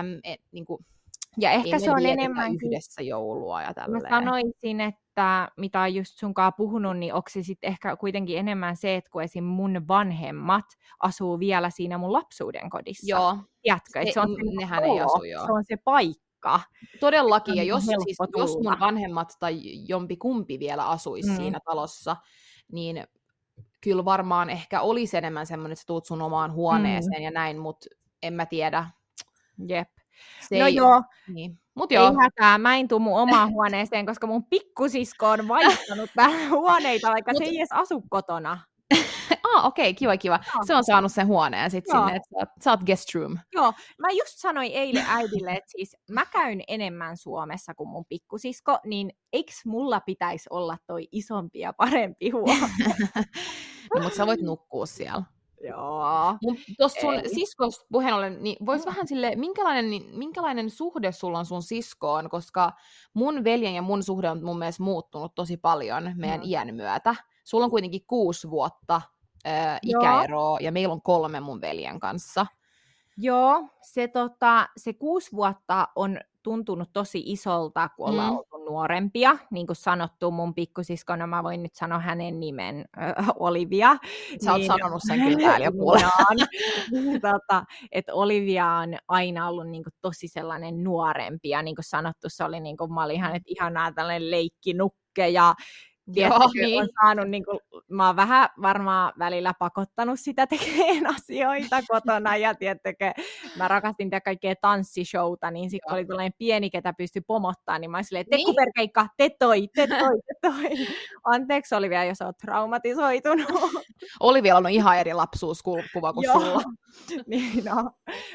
ja ehkä se on enemmän yhdessä joulua ja tälleen. Mä sanoisin, että mitä on just sunkaan puhunut, niin onko se sitten ehkä kuitenkin enemmän se, että kun esim. Mun vanhemmat asuu vielä siinä mun lapsuuden kodissa. Joo. Tiedätkö, se on nehän ei asu, joo. Se on se paikka. Todellakin, ja jos mun vanhemmat tai jompikumpi vielä asuisi siinä talossa, niin kyllä varmaan ehkä olisi enemmän semmoinen, että sä tuut sun omaan huoneeseen ja näin, mutta en mä tiedä. Jep. Se no ei, joo, niin. Mut joo. Ei hätää, mä en tuu mun omaan huoneeseen, koska mun pikkusisko on vaihtanut huoneita, vaikka se ei edes asu kotona. Okei, kiva. Joo. Se on saanut sen huoneen sitten sinne, että sä oot guest room. Joo, mä just sanoin eilen äidille, että siis mä käyn enemmän Suomessa kuin mun pikkusisko, niin eiks mulla pitäisi olla toi isompi ja parempi huone? No, mutta sä voit nukkua siellä. Joo. Tuossa sun siskosta puheen ollen, niin vois vähän silleen, minkälainen suhde sulla on sun siskoon, koska mun veljen ja mun suhde on mun mielestä muuttunut tosi paljon meidän iän myötä. Sulla on kuitenkin 6 vuotta ikäeroa, ja meillä on 3 mun veljen kanssa. Joo, se 6 vuotta on tuntunut tosi isolta, kun ollaan oltu nuorempia. Niin kuin sanottu, mun pikkusiskona, mä voin nyt sanoa hänen nimen, Olivia. Sä oot sanonut sen kyllä täällä jo puolella. Että Olivia on aina ollut niin kuin tosi sellainen nuorempi, ja niin kuin sanottu, se oli niin kuin, mä olin hänet ihanaa tällainen leikkinukke, ja on saanut, niin kuin, mä oon vähän varmaan välillä pakottanut sitä tekemään asioita kotona, ja tiettäkö, mä rakastin tehdä kaikkea tanssishowta, niin sitten kun oli tällainen pieni, ketä pystyi pomottaa, niin mä olin silleen, tekkuperkeikka, te toi. Anteeksi Olivia, jos oot traumatisoitunut. Olivia on ihan eri lapsuuskuva kuin sulla. Niin no,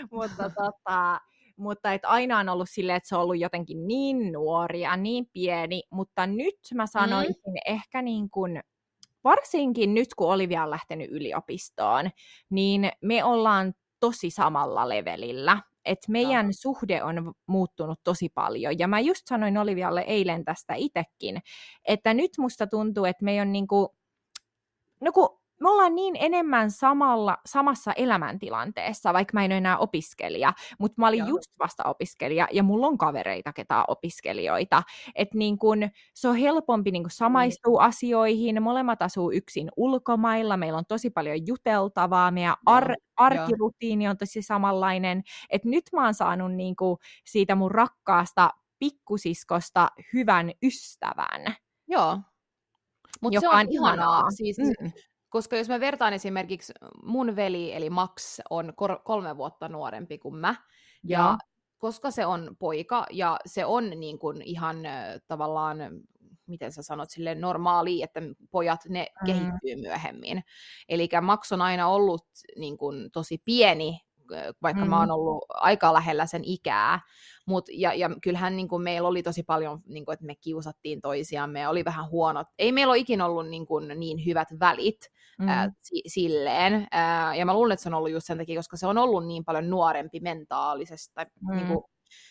mutta aina on ollut silleen, että se on ollut jotenkin niin nuori ja niin pieni, mutta nyt mä sanoisin ehkä niin kuin, varsinkin nyt kun Olivia on lähtenyt yliopistoon, niin me ollaan tosi samalla levelillä. Että meidän suhde on muuttunut tosi paljon. Ja mä just sanoin Olivialle eilen tästä itsekin, että nyt musta tuntuu, että me on niinku, no kun me ollaan niin enemmän samassa elämäntilanteessa, vaikka mä en ole enää opiskelija, mutta mä olin just vasta opiskelija, ja mulla on kavereita, ketä on opiskelijoita. Että niin kun, se on helpompi niin kun samaistua asioihin, molemmat asuu yksin ulkomailla, meillä on tosi paljon juteltavaa, meidän arkirutiini on tosi samanlainen. Että nyt mä oon saanut niin kun siitä mun rakkaasta pikkusiskosta hyvän ystävän. Joo, mutta se on ihanaa. Siis, koska jos mä vertaan esimerkiksi mun veli, eli Max, on 3 vuotta nuorempi kuin mä, ja koska se on poika, ja se on niin kuin ihan tavallaan, miten sä sanot, silleen normaalia, että pojat, ne kehittyy myöhemmin. Eli Max on aina ollut niin kuin tosi pieni, vaikka mä oon ollut aika lähellä sen ikää. Ja kyllähän niin kuin meillä oli tosi paljon, niin kuin, että me kiusattiin toisiamme ja oli vähän huonot. Ei meillä ole ikinä ollut niin hyvät välit silleen. Ja mä luulen, että se on ollut just sen takia, koska se on ollut niin paljon nuorempi mentaalisesti. Niin kuin,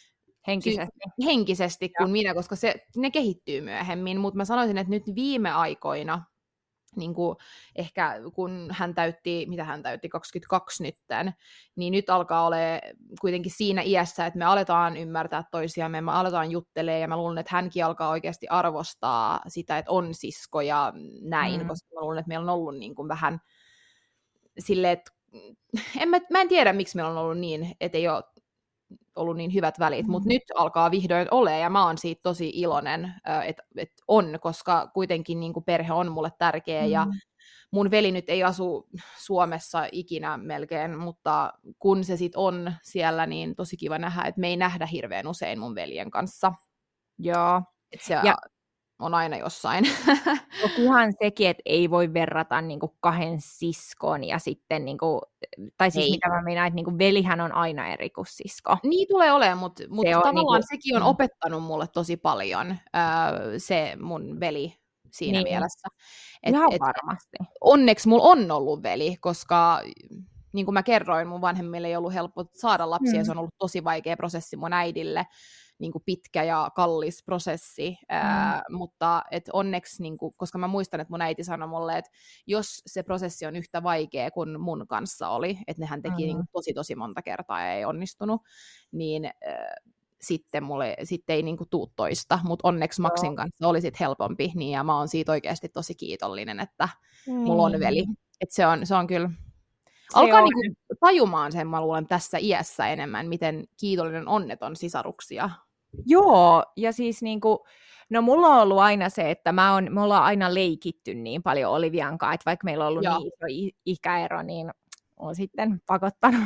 henkisesti kuin minä, koska ne kehittyy myöhemmin. Mutta mä sanoisin, että nyt viime aikoina, niin kuin ehkä kun hän täytti 22 nytten, niin nyt alkaa olla kuitenkin siinä iässä, että me aletaan ymmärtää toisiamme, me aletaan juttelemaan, ja mä luulen, että hänkin alkaa oikeasti arvostaa sitä, että on sisko ja näin, koska mä luulen, että meillä on ollut niin kuin vähän silleen, että mä en tiedä, miksi meillä on ollut niin, että ei ole ollut niin hyvät välit, mutta nyt alkaa vihdoin olemaan, ja mä oon siitä tosi iloinen, että on, koska kuitenkin niin kuin perhe on mulle tärkeä, ja mun veli nyt ei asu Suomessa ikinä melkein, mutta kun se sit on siellä, niin tosi kiva nähdä, että me ei nähdä hirveän usein mun veljen kanssa. Joo. Että se on aina jossain. Tokihan sekin, että ei voi verrata niinku kahden siskon ja sitten, niinku, tai siis mitä mä meinaan, että niinku velihän on aina eri kuin sisko. Niin tulee olemaan, mutta tavallaan niinku, sekin on opettanut mulle tosi paljon, se mun veli siinä mielessä. Ihan varmasti. Onneksi mulla on ollut veli, koska niin kuin mä kerroin, mun vanhemmille ei ollut helppo saada lapsia, se on ollut tosi vaikea prosessi mun äidille, niin kuin pitkä ja kallis prosessi, mutta onneksi, niin kuin, koska mä muistan, että mun äiti sanoi mulle, että jos se prosessi on yhtä vaikea kuin mun kanssa oli, että nehän teki niin kuin tosi monta kertaa ja ei onnistunut, niin sitten ei niin kuin tuu toista, mutta onneksi Maxin kanssa oli sit helpompi, niin ja mä oon siitä oikeasti tosi kiitollinen, että mulla on veli. Että se on kyllä, alkaa niinku tajumaan sen, mä luulen, tässä iässä enemmän, miten kiitollinen onneton sisaruksia. Joo, ja siis niinku, no mulla on ollut aina se, että me ollaan aina leikitty niin paljon Olivian kanssa, että vaikka meillä on ollut niin iso ikäero, niin olen sitten pakottanut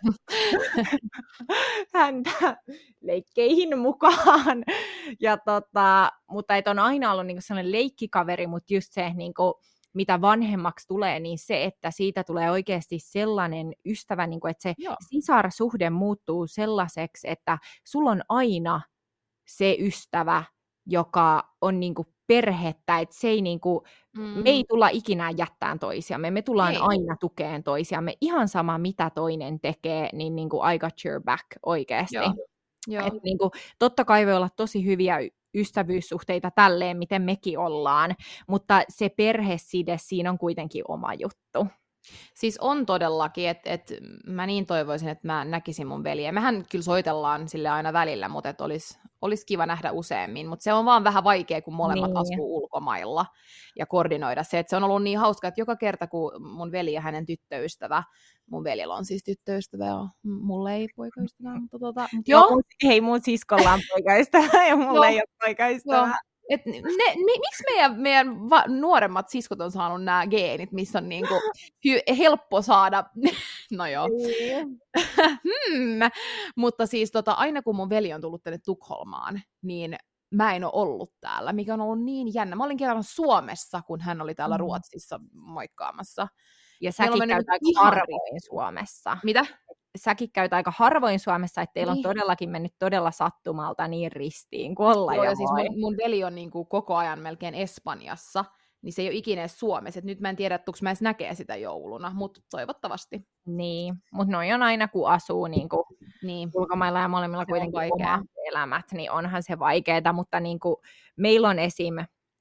häntä leikkeihin mukaan. Ja mutta et on aina ollut niinku sellainen leikkikaveri, mutta just se, niinku, mitä vanhemmaksi tulee, niin se, että siitä tulee oikeasti sellainen ystävä, niinku, että se sisarsuhde muuttuu sellaiseksi, että sulla on aina se ystävä, joka on niinku perhettä, että se ei niinku, me ei tulla ikinä jättään toisiamme, me tullaan aina tukeen toisiamme, ihan sama mitä toinen tekee, niin niinku I got your back oikeasti. Et niinku, totta kai voi olla tosi hyviä ystävyyssuhteita tälleen, miten mekin ollaan, mutta se perheside, siinä on kuitenkin oma juttu. Siis on todellakin, että mä niin toivoisin, että mä näkisin mun veljeä. Mehän kyllä soitellaan sille aina välillä, mutta olisi kiva nähdä useammin, mutta se on vaan vähän vaikea, kun molemmat asuu ulkomailla ja koordinoida se, että se on ollut niin hauska, että joka kerta, kun mun veli ja hänen tyttöystävä, mun veljellä on siis tyttöystävä ja mulla ei poikaystävää, mutta hei, mun siskolla on poikaystävä ja mulla ei ole poikaystävää. Miksi meidän nuoremmat siskot on saanut nämä geenit, missä on niinku helppo saada, no joo. Mutta siis aina kun mun veli on tullut tänne Tukholmaan, niin mä en ole ollut täällä, mikä on ollut niin jännä. Mä olin kerran Suomessa, kun hän oli täällä Ruotsissa moikkaamassa. Ja säkin käyt aika harvoin Suomessa. Mitä? Säkin käyt aika harvoin Suomessa, että teillä on todellakin mennyt todella sattumalta niin ristiin kuin olla ja siis mun veli on niin kuin koko ajan melkein Espanjassa, niin se ei ole ikinä edes Suomessa. Et nyt mä en tiedä, että mä edes näkee sitä jouluna, mutta toivottavasti. Niin, mutta noi on aina, kun asuu niin kuin ulkomailla ja molemmilla se kuitenkin omat elämät, niin onhan se vaikeaa, mutta niin kuin meillä on esim.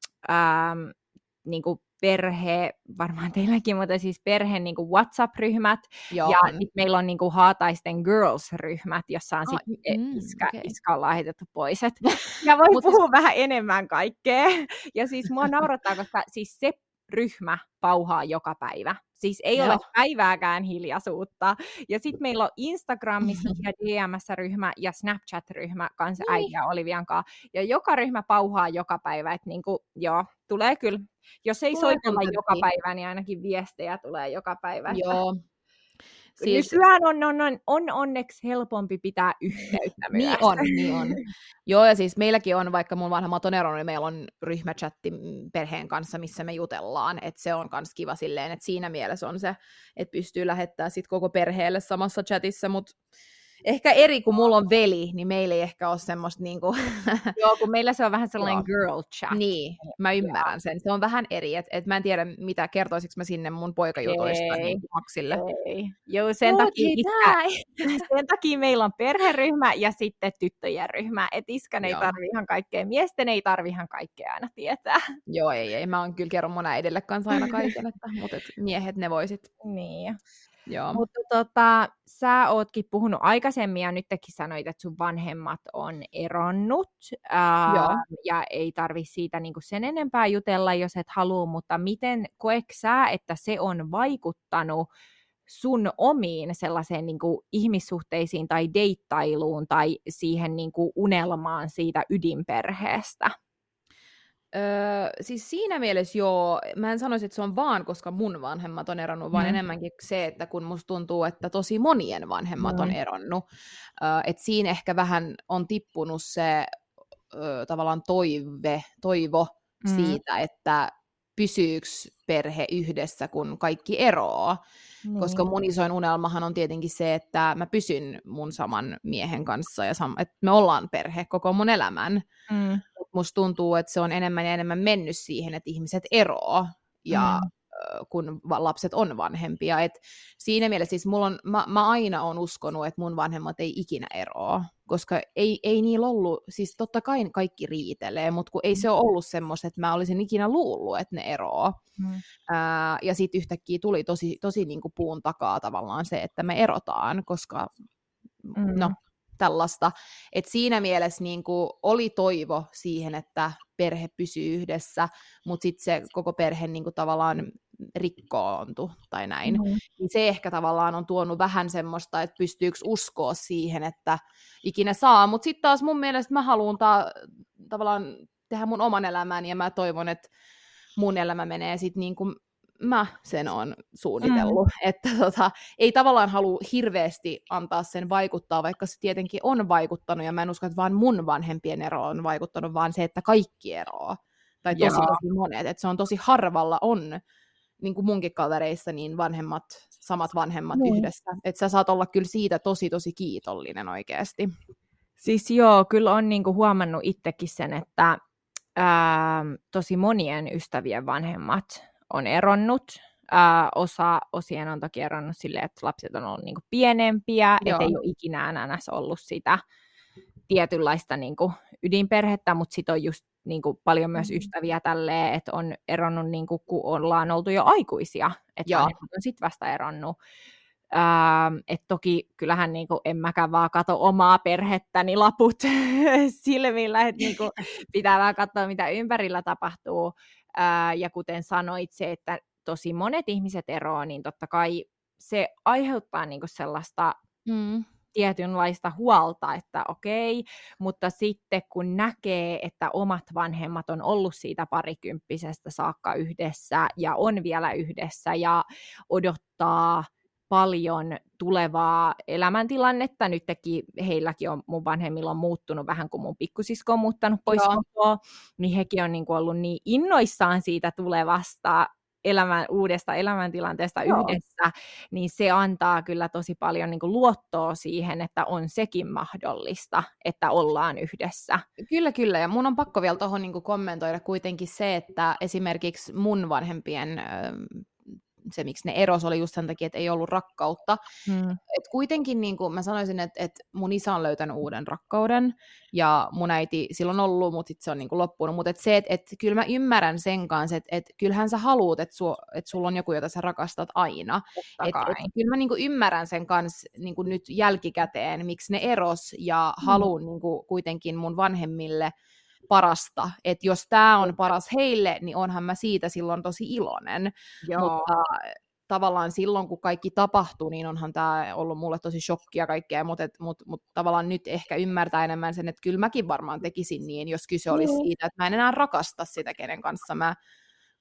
Niin kuin perhe, varmaan teilläkin, mutta siis perheen niin kuin WhatsApp-ryhmät, ja sitten meillä on niin kuin Haataisten Girls-ryhmät, jossa on sitten iska on lähetetty pois. Ja voi puhua vähän enemmän kaikkea. Ja siis mua naurattaa, koska siis se ryhmä pauhaa joka päivä. Siis ei ole päivääkään hiljaisuutta. Ja sitten meillä on Instagramissa ja DM:ssä-ryhmä ja Snapchat-ryhmä kanssa äiti ja Olivian kanssa. Ja joka ryhmä pauhaa joka päivä. Että niinku, tulee kyllä. Jos ei soitella joka päivä, niin ainakin viestejä tulee joka päivä. Joo. Siis, nykyään on onneksi helpompi pitää yhteyttä myös. niin on. Joo, ja siis meilläkin on, vaikka mun vanhemmat on eronnut, niin meillä on ryhmächatti perheen kanssa, missä me jutellaan, että se on kans kiva silleen, että siinä mielessä on se, että pystyy lähettämään sit koko perheelle samassa chatissa, mutta ehkä eri, kun mulla on veli, niin meillä ei ehkä ole semmoista niinku... Joo, kun meillä se on vähän sellainen girl chat. Niin, mä ymmärrän sen. Se on vähän eri, että mä en tiedä, mitä kertoisinko mä sinne mun poikajutuista niin Maxille. Ei. Joo, sen takia meillä on perheryhmä ja sitten tyttöjen ryhmä. Et iskän ei tarvi ihan kaikkea, miesten ei tarvi ihan kaikkea aina tietää. Joo, ei. Mä oon kyllä kerron mun äidille kanssa aina kaiken, mutta miehet ne voisit. Niin. Joo. Mutta sä ootkin puhunut aikaisemmin ja nytkin sanoit, että sun vanhemmat on eronnut ja ei tarvi siitä niinku sen enempää jutella, jos et halua, mutta miten koetko sä, että se on vaikuttanut sun omiin sellaiseen niinku ihmissuhteisiin tai deittailuun tai siihen niinku unelmaan siitä ydinperheestä? Siis siinä mielessä joo, mä en sanoisi, että se on vaan, koska mun vanhemmat on eronnut, vaan enemmänkin se, että kun musta tuntuu, että tosi monien vanhemmat on eronnut, että siinä ehkä vähän on tippunut se tavallaan toivo siitä, että pysyykö perhe yhdessä, kun kaikki eroaa. Koska mun isoin unelmahan on tietenkin se, että mä pysyn mun saman miehen kanssa ja että me ollaan perhe koko mun elämän. Musta tuntuu, että se on enemmän ja enemmän mennyt siihen, että ihmiset eroaa, ja kun lapset on vanhempia. Et siinä mielessä siis mä aina olen uskonut, että mun vanhemmat ei ikinä eroa, koska ei niillä ollut, siis totta kai kaikki riitelee, mutta kun ei se ole ollut semmoista, että mä olisin ikinä luullut, että ne eroaa. Ja sitten yhtäkkiä tuli tosi niin kuin puun takaa tavallaan se, että me erotaan, koska no, tällaista. Et siinä mielessä niin kuin oli toivo siihen, että perhe pysyy yhdessä, mutta sitten se koko perhe niin kuin tavallaan rikkoontui tai näin. Niin se ehkä tavallaan on tuonut vähän semmoista, että pystyykö uskoa siihen, että ikinä saa. Mutta sitten taas mun mielestä mä haluan tavallaan tehdä mun oman elämän, ja mä toivon, että mun elämä menee sitten niin kuin mä sen on suunnitellut, että ei tavallaan halua hirveästi antaa sen vaikuttaa, vaikka se tietenkin on vaikuttanut, ja mä en usko, että vaan mun vanhempien ero on vaikuttanut, vaan se, että kaikki eroaa, tai tosi monet, että se on tosi harvalla on, niin kuin munkin kavereissa, niin samat vanhemmat yhdessä, että sä saat olla kyllä siitä tosi kiitollinen oikeasti. Siis joo, kyllä on niinku huomannut itsekin sen, että tosi monien ystävien vanhemmat on eronnut. Osien on toki eronnut silleen, että lapset on ollut niinku pienempiä, ettei ole ikinä enää ollut sitä tietynlaista niinku ydinperhettä, mutta sitten on just niinku paljon myös ystäviä tälleen, että on eronnut, niinku, kun ollaan oltu jo aikuisia, että on sitten vasta eronnut. Et toki kyllähän niinku, en mäkään vaan katso omaa perhettäni laput silmillä, että niinku, pitää vaan katsoa, mitä ympärillä tapahtuu. Ja kuten sanoit, se, että tosi monet ihmiset eroaa, niin totta kai se aiheuttaa niinku sellaista tietynlaista huolta, että okei, mutta sitten kun näkee, että omat vanhemmat on ollut siitä parikymppisestä saakka yhdessä ja on vielä yhdessä ja odottaa paljon tulevaa elämäntilannetta. Nytkin heilläkin on, mun vanhemmilla on muuttunut vähän, kun mun pikkusisko on muuttanut pois kotoa, niin hekin on niinku ollut niin innoissaan siitä tulevasta uudesta elämäntilanteesta yhdessä, niin se antaa kyllä tosi paljon niinku luottoa siihen, että on sekin mahdollista, että ollaan yhdessä. Kyllä, ja mun on pakko vielä tuohon niinku kommentoida kuitenkin se, että esimerkiksi mun vanhempien se, miksi ne eros, oli just sen takia, että ei ollut rakkautta. Et kuitenkin niin kuin mä sanoisin, että mun isä on löytänyt uuden rakkauden, ja mun äiti silloin on ollut, mutta se on niin kuin loppunut. Mutta se, että kyllä mä ymmärrän sen kanssa, että kyllähän sä haluut, että sulla on joku, jota sä rakastat aina. Kyllä mä niin kuin ymmärrän sen kanssa niin kuin nyt jälkikäteen, miksi ne eros, ja haluun niin kuin kuitenkin mun vanhemmille parasta, että jos tämä on paras heille, niin onhan mä siitä silloin tosi iloinen, mutta tavallaan silloin, kun kaikki tapahtui, niin onhan tämä ollut mulle tosi shokkia kaikkea, mutta tavallaan nyt ehkä ymmärtää enemmän sen, että kyllä mäkin varmaan tekisin niin, jos kyse olisi siitä, että mä en enää rakasta sitä, kenen kanssa mä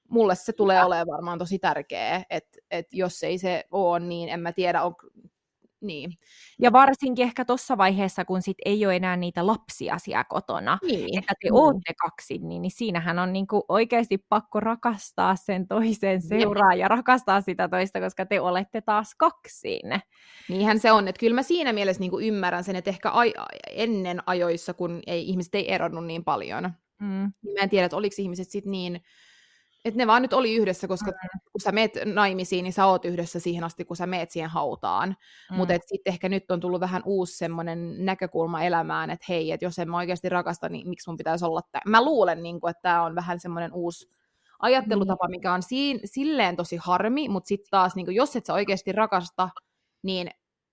mulle se tulee olemaan varmaan tosi tärkeä, että jos ei se ole, niin en mä tiedä, niin. Ja varsinkin ehkä tuossa vaiheessa, kun sit ei ole enää niitä lapsia siellä kotona, Niin. että te ootte kaksin, niin siinähän on niinku oikeasti pakko rakastaa sen toisen seuraa ja rakastaa sitä toista, koska te olette taas kaksin. Niinhän se on, että kyllä mä siinä mielessä niinku ymmärrän sen, että ehkä ennen ajoissa, kun ihmiset ei eronnut niin paljon, niin mä en tiedä, että oliko ihmiset sitten niin, että ne vaan nyt oli yhdessä, koska kun sä meet naimisiin, niin sä oot yhdessä siihen asti, kun sä meet siihen hautaan. Mutta sitten ehkä nyt on tullut vähän uusi semmoinen näkökulma elämään, että hei, että jos en mä oikeasti rakasta, niin miksi mun pitäisi olla tämä? Mä luulen, että tämä on vähän semmoinen uusi ajattelutapa, mikä on silleen tosi harmi, mutta sitten taas, jos et sä oikeasti rakasta, niin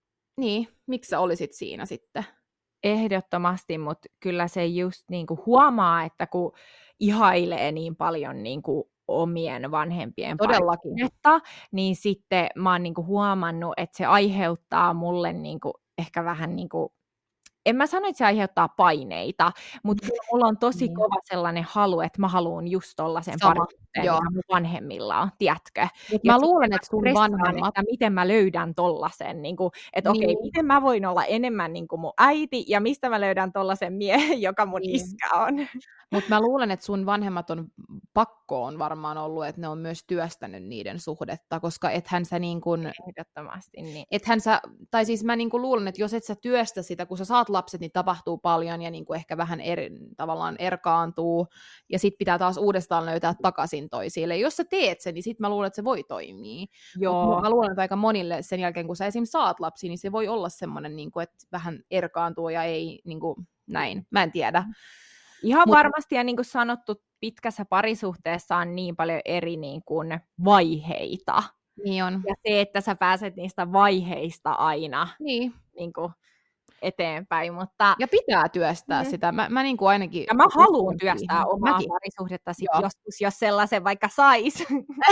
miksi sä olisit siinä sitten? Ehdottomasti, mutta kyllä se just huomaa, että kun ihailee niin paljon omien vanhempien parisuhdetta, niin sitten mä oon huomannut, että se aiheuttaa mulle ehkä vähän en mä sano, että se aiheuttaa paineita, mutta mulla on tosi kova sellainen halu, että mä haluan just tollasen parisuhteen, mitä mun vanhemmilla on, tiedätkö? Mä luulen, että sun vanhemmat... Että miten mä löydän tollasen, että okei, miten mä voin olla enemmän mun äiti, ja mistä mä löydän tollasen miehen, joka mun iskä on. Mutta mä luulen, että sun vanhemmat on pakkoon varmaan ollut, että ne on myös työstänyt niiden suhdetta, koska ethän sä ehdottomasti niin. Ethän sä, tai siis mä luulen, että jos et sä työstä sitä, kun sä saat lapset, niin tapahtuu paljon ja ehkä vähän tavallaan erkaantuu, ja sit pitää taas uudestaan löytää takaisin toisille. Jos sä teet sen, niin sit mä luulen, että se voi toimia. Joo. Mä luulen, että aika monille sen jälkeen, kun sä esim. Saat lapsia, niin se voi olla semmoinen, että vähän erkaantuu ja ei näin. Mä en tiedä. Ihan varmasti, ja niin kuin sanottu, pitkässä parisuhteessa on niin paljon eri vaiheita. Niin on. Ja se, että sä pääset niistä vaiheista aina eteenpäin. Mutta... Ja pitää työstää sitä. Mä ainakin... Ja mä haluan työstää omaa parisuhdetta joskus, jos sellaisen vaikka sais.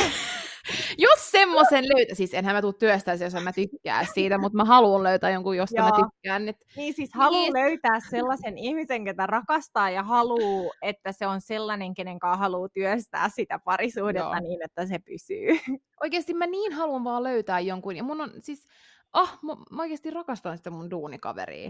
Jos semmoisen löytää, siis enhän mä tule työstäisi, jos en mä tykkää siitä, mutta mä haluan löytää jonkun, josta mä tykkään. Niin siis haluan löytää sellaisen ihmisen, ketä rakastaa ja haluaa, että se on sellainen, kenen kanssa haluaa työstää sitä parisuhdetta niin, että se pysyy. Oikeasti mä niin haluan vaan löytää jonkun, ja mun on siis, mä oikeasti rakastan sitä mun duunikaveria.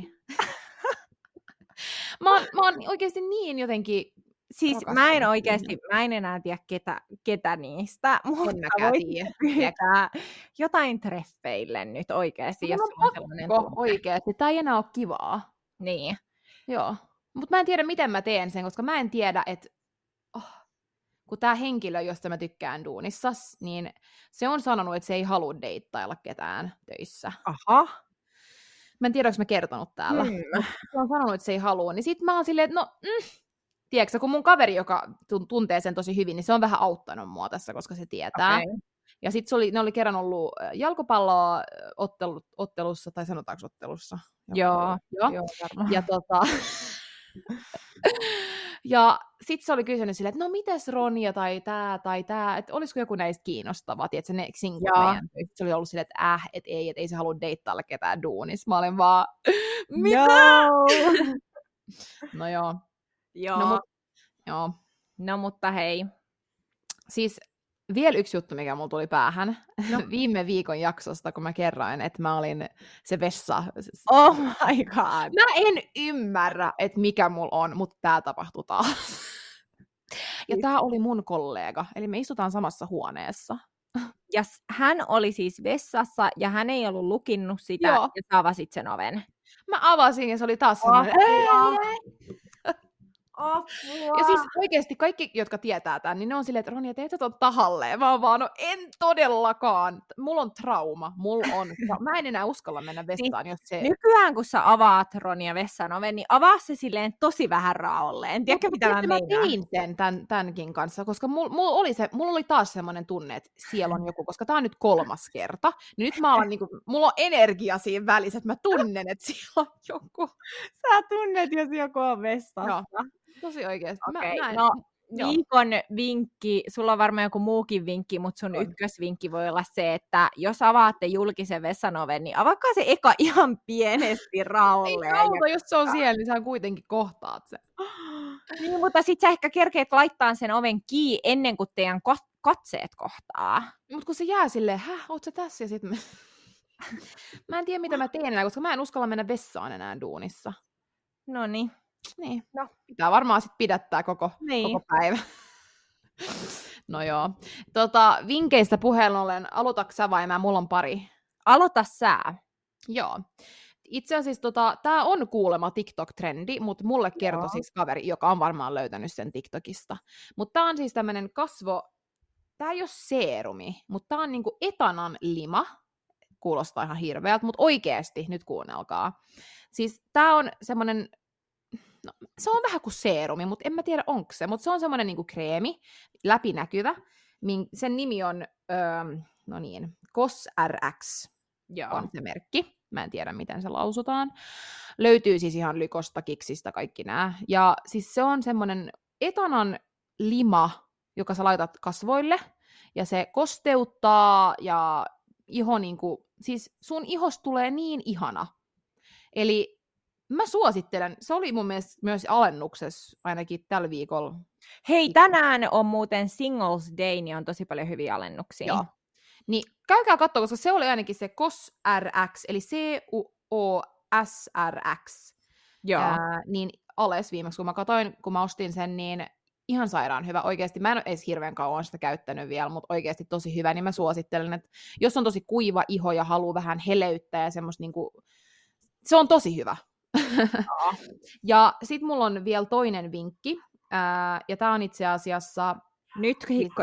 mä oon oikeasti niin jotenkin... Siis mä en oikeasti, mä en enää tiedä ketä niistä, mutta voisin pyytää jotain treffeille nyt oikeasti. Jos on pakko oikeasti, tää ei enää ole kivaa. Niin. Joo, mutta mä en tiedä miten mä teen sen, koska mä en tiedä, että kun tää henkilö, josta mä tykkään duunissa, niin se on sanonut, että se ei halua deittailla ketään töissä. Aha. Mä en tiedä, onko mä kertonut täällä. Se on sanonut, että se ei halua, niin sit mä oon silleen, että tiedätkö, kun mun kaveri, joka tuntee sen tosi hyvin, niin se on vähän auttanut mua tässä, koska se tietää. Okay. Ja sitten ne oli kerran ollut jalkapalloa ottelussa, tai sanotaanko ottelussa? Joo. Ja ja sitten se oli kysynyt silleen, että no mites Ronja tai tää, että olisiko joku näistä kiinnostavaa, tiedätkö, ne meidän. Se oli ollut silleen, että ei se halua deittailla ketään duunissa. Mä olin vaan, mitä? No joo. No mutta hei. Siis vielä yksi juttu, mikä mulla tuli päähän. Viime viikon jaksosta, kun mä kerroin, että mä olin se vessa. Oh my god. Mä en ymmärrä, että mikä mulla on, mutta tää tapahtui taas. Ja tää oli mun kollega, eli me istutaan samassa huoneessa. Ja hän oli siis vessassa, ja hän ei ollut lukinnut sitä, ja sä avasit sen oven. Mä avasin, ja se oli taas semmoinen... Ja siis oikeasti kaikki, jotka tietää tämän, niin ne on silleen, että Ronja, teet sä ton tahalleen. Mä oon vaan, no en todellakaan. Mulla on trauma. Mä en enää uskalla mennä vessaan, jos se... Nykyään, kun sä avaat Ronja vessan oven, niin avaa se silleen tosi vähän raolleen. Tiedätkö, mitä mä meinaan? Mä tein sen tämänkin kanssa, koska mulla oli taas semmoinen tunne, että siellä on joku, koska tää on nyt 3. kerta. Niin nyt mä alan mulla on energia siinä välissä, että mä tunnen, että siellä on joku. Sä tunnet, jos joku on vessassa. Joo. Tosi oikeasti. Okay. Viikon vinkki, sulla on varmaan joku muukin vinkki, mutta sun ykkösvinkki voi olla se, että jos avaatte julkisen vessan oven, niin avakaa se eka ihan pienesti raolle. Ei auta, jos se on siellä, niin sä kuitenkin kohtaat sen. Niin, mutta sit sä ehkä kerkeet laittaa sen oven kiinni ennen kuin teidän katseet kohtaa. Mutta kun se jää silleen, oot sä tässä? Ja sit mä en tiedä, mitä mä teen enää, koska mä en uskalla mennä vessaan enää duunissa. Noniin. Niin. No. Pitää varmaan sit pidättää koko päivä. No joo. Vinkkeistä puheen ollen, aloitatko sä vai mulla on pari? Aloita sä. Joo. Itse asiassa tää on kuulemma TikTok-trendi, mutta mulle kertoi siis kaveri, joka on varmaan löytänyt sen TikTokista. Mutta tää on siis tämmönen tää ei ole seerumi, mutta tää on niinku etanan lima. Kuulostaa ihan hirveältä, mutta oikeesti, nyt kuunnelkaa. Siis tää on semmonen, no, se on vähän kuin seerumi, mutta en mä tiedä onko se, mutta se on semmonen niinku kreemi, läpinäkyvä. Sen nimi on, COSRX on se merkki. Mä en tiedä, miten se lausutaan. Löytyy siis ihan Lykosta, Kiksistä, kaikki nämä. Ja siis se on semmonen etanan lima, joka sä laitat kasvoille, ja se kosteuttaa, ja iho niinku, siis sun ihosta tulee niin ihana. Eli mä suosittelen, se oli mun mielestä myös alennuksessa ainakin tällä viikolla. Hei, tänään on muuten Singles Day, niin on tosi paljon hyviä alennuksia. Joo. Niin käykää katsoa, koska se oli ainakin se COSRX, eli COSRX. Joo. Niin ales viimeksi, kun mä katsoin, kun mä ostin sen, niin ihan sairaan hyvä. Oikeasti mä en ole edes hirveän kauan sitä käyttänyt vielä, mutta oikeasti tosi hyvä, niin mä suosittelen, että jos on tosi kuiva iho ja haluaa vähän heleyttää ja semmoista niinku, se on tosi hyvä. Ja sit mulla on vielä toinen vinkki, ja tää on itse asiassa... Nyt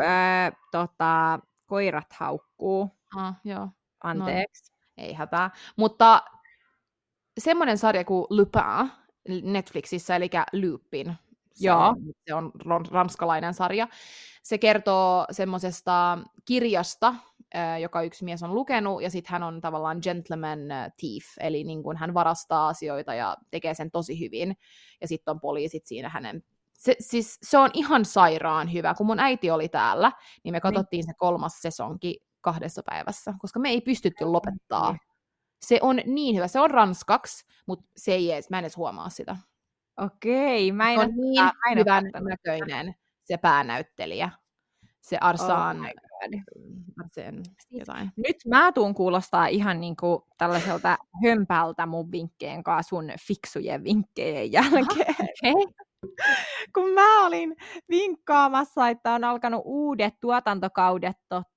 koirat haukkuu. Joo. Anteeksi. No, ei hätää. Mutta semmoinen sarja kuin Lupin Netflixissä, eli Lupin. Se on ranskalainen sarja. Se kertoo semmoisesta kirjasta, joka yksi mies on lukenut, ja sitten hän on tavallaan gentleman thief, eli niin kun hän varastaa asioita ja tekee sen tosi hyvin, ja sitten on poliisit siinä hänen. Se on ihan sairaan hyvä. Kun mun äiti oli täällä, niin me katsottiin se 3. sesonki 2 päivässä, koska me ei pystytty lopettaa. Se on niin hyvä. Se on ranskaksi, mutta se ei edes, mä en edes huomaa sitä. Okei, mä en on niin hyvän näköinen se päänäyttelijä. Se Arsène jotain. Nyt mä tuun kuulostaa ihan niinku tällaiselta hömpältä mun vinkkeen kanssa sun fiksujen vinkkejen jälkeen. Okay. Kun mä olin vinkkaamassa, että on alkanut uudet tuotantokaudet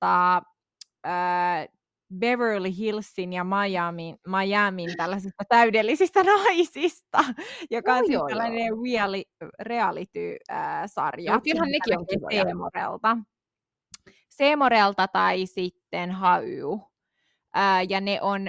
Beverly Hillsin ja Miamin tällaisista täydellisistä naisista, joka on siis tällainen reality-sarja. Kyllähän nekin on Seemorelta tai sitten HU. Ja ne on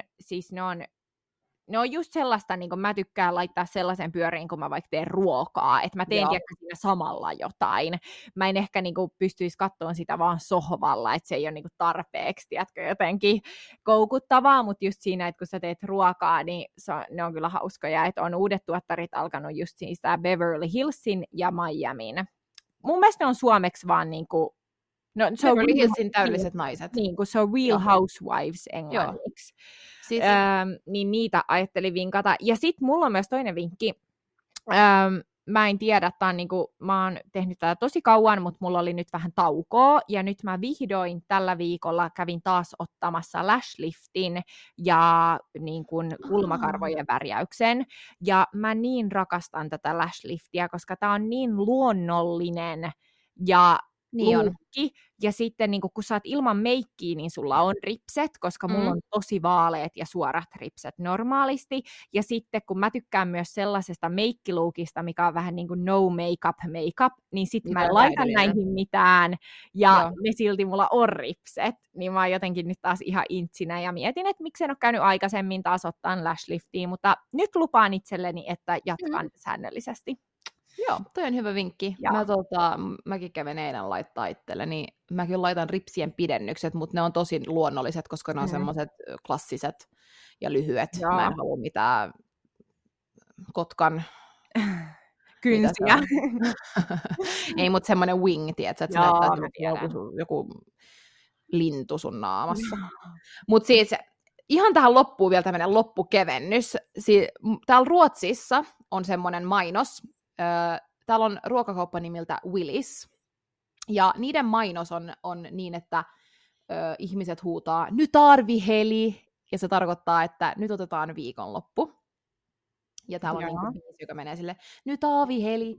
just sellaista, niin kuin mä tykkään laittaa sellaisen pyöriin, kun mä vaikka teen ruokaa, että mä teen siinä samalla jotain. Mä en ehkä niin kuin pystyisi katsoa sitä vaan sohvalla, että se ei ole niin kuin tarpeeksi, tiedätkö, jotenkin koukuttavaa, mutta just siinä, että kun sä teet ruokaa, niin ne on kyllä hauskoja, että on uudet tuottarit alkanut just siis tää Beverly Hillsin ja Miamin. Mun mielestä ne on suomeksi vaan niin kuin Beverly Hillsin täydelliset naiset. Niin kuin se on Real Housewives englanniksi. Siis... niin niitä ajattelin vinkata. Ja sitten mulla on myös toinen vinkki. Mä en tiedä, mä oon tehnyt tätä tosi kauan, mutta mulla oli nyt vähän taukoa. Ja nyt mä vihdoin tällä viikolla kävin taas ottamassa lashliftin ja niin kuin kulmakarvojen värjäyksen. Ja mä niin rakastan tätä lashliftia, koska tää on niin luonnollinen ja luukki. Ja sitten niin kun sä oot ilman meikkiä, niin sulla on ripset, koska mulla on tosi vaaleet ja suorat ripset normaalisti. Ja sitten kun mä tykkään myös sellaisesta meikkiluukista, mikä on vähän niin kuin no makeup, niin sit mä en laita näihin mitään. Ja ne silti mulla on ripset. Niin mä oon jotenkin nyt taas ihan intsinä ja mietin, että miksi en ole käynyt aikaisemmin taas ottaan lashliftia. Mutta nyt lupaan itselleni, että jatkan säännöllisesti. Joo, toi on hyvä vinkki. Mäkin kävin eilen laittaa itselleni. Mä kyllä laitan ripsien pidennykset, mutta ne on tosi luonnolliset, koska ne on semmoiset klassiset ja lyhyet. Joo. Mä en halua mitään Kotkan kynsiä. Ei, mutta semmoinen wing, tiedätkö, että se näyttää joku lintu sun naamassa. Mutta siis ihan tähän loppuun vielä tämmöinen loppukevennys. Täällä Ruotsissa on semmoinen mainos. Täällä on ruokakauppa nimeltä Willys. Ja niiden mainos on niin, että ihmiset huutaa, nyt arviheli, ja se tarkoittaa, että nyt otetaan viikonloppu. Ja täällä on niinku biisi, joka menee sille, nyt aaviheli,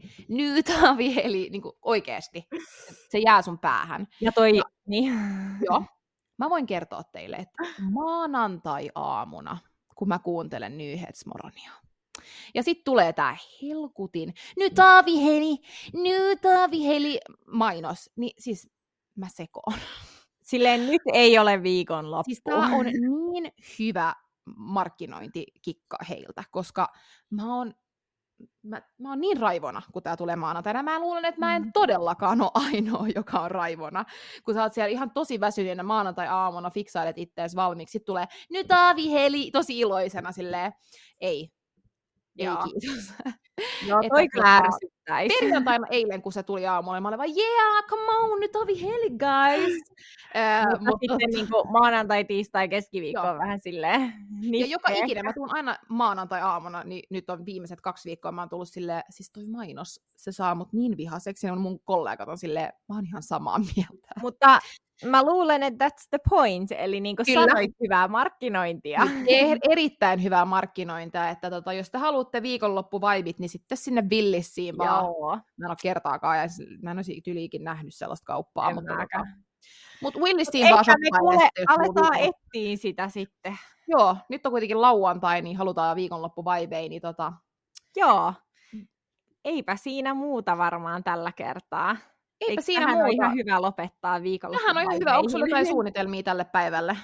niinku oikeesti. Se jää sun päähän. Ja toi, niin. Joo. Mä voin kertoa teille, että maanantai-aamuna, kun mä kuuntelen Nyhetsmoronia, ja sit tulee tää helkutin, nyt aaviheli mainos, niin siis mä sekoon. Silleen nyt ei ole viikonloppu. Siis tää on niin hyvä markkinointikikka heiltä, koska mä oon niin raivona, kun tää tulee maanantaina. Mä luulen, että mä en todellakaan ole ainoa, joka on raivona. Kun sä oot siellä ihan tosi väsyneenä maanantai-aamuna, fiksailet ittees valmiiksi, sit tulee nyt aaviheli, tosi iloisena silleen, ei kiitos. Joo, toi kyllä ärsyttäisi. Perjantaina eilen, kun se tuli aamulla, mä olin vaan, yeah, come on, nyt aaviheli, guys. Mutta sitten niinku maanantai, tiistai, keskiviikko on vähän silleen. Ja joka ikinen, mä tuun aina maanantai-aamuna, niin nyt on viimeiset 2 viikkoa, mä oon tullut silleen, siis toi mainos, se saa mut niin vihaseksi, ja mun kollegat on silleen, mä oon ihan samaa mieltä. Mutta mä luulen, että that's the point, eli niin kuin sanoit, hyvää markkinointia. Erittäin hyvää markkinointia, että jos te haluatte viikonloppuvaibit, niin sitten sinne Villissiin vaan. Mä en ole kertaakaan, ja mä en ole tyyliikin nähnyt sellaista kauppaa. Mutta Willissiin vaan shoppailee. Aletaan etsiä sitä sitten. Joo, nyt on kuitenkin lauantai, niin halutaan viikonloppuvaibeja, niin Joo, eipä siinä muuta varmaan tällä kertaa. Eipä siinä muuta. On ihan hyvä lopettaa viikonloppuun. Tähän on ihan hyvä. Onko sulla jotain suunnitelmia tälle päivälle?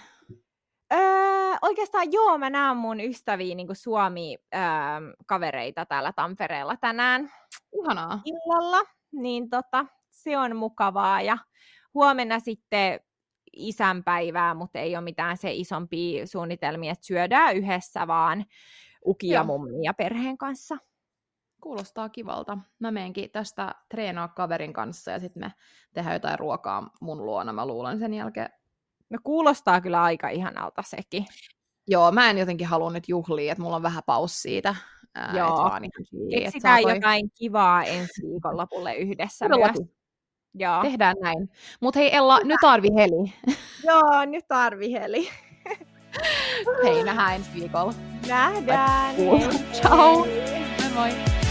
Oikeastaan joo, mä näen mun ystäviä niin kuin Suomi-kavereita täällä Tampereella tänään. Ihanaa. Illalla, niin se on mukavaa. Ja huomenna sitten isänpäivää, mutta ei ole mitään se isompia suunnitelmia, että syödään yhdessä vaan uki ja mummi ja perheen kanssa. Kuulostaa kivalta. Mä meenkin tästä treenaa kaverin kanssa ja sitten me tehdään jotain ruokaa mun luona, mä luulen sen jälkeen. No kuulostaa kyllä aika ihanalta sekin. Joo, mä en jotenkin halua nyt juhlia, että mulla on vähän paus siitä. Joo, keksitään jotain kivaa ensi viikonlopulle yhdessä myös. Joo. Tehdään näin. Mut hei Ella, nyt arviheli. Joo, nyt arviheli. Hei, nähdään ensi viikolla. Nähdään. Ciao. Moi moi.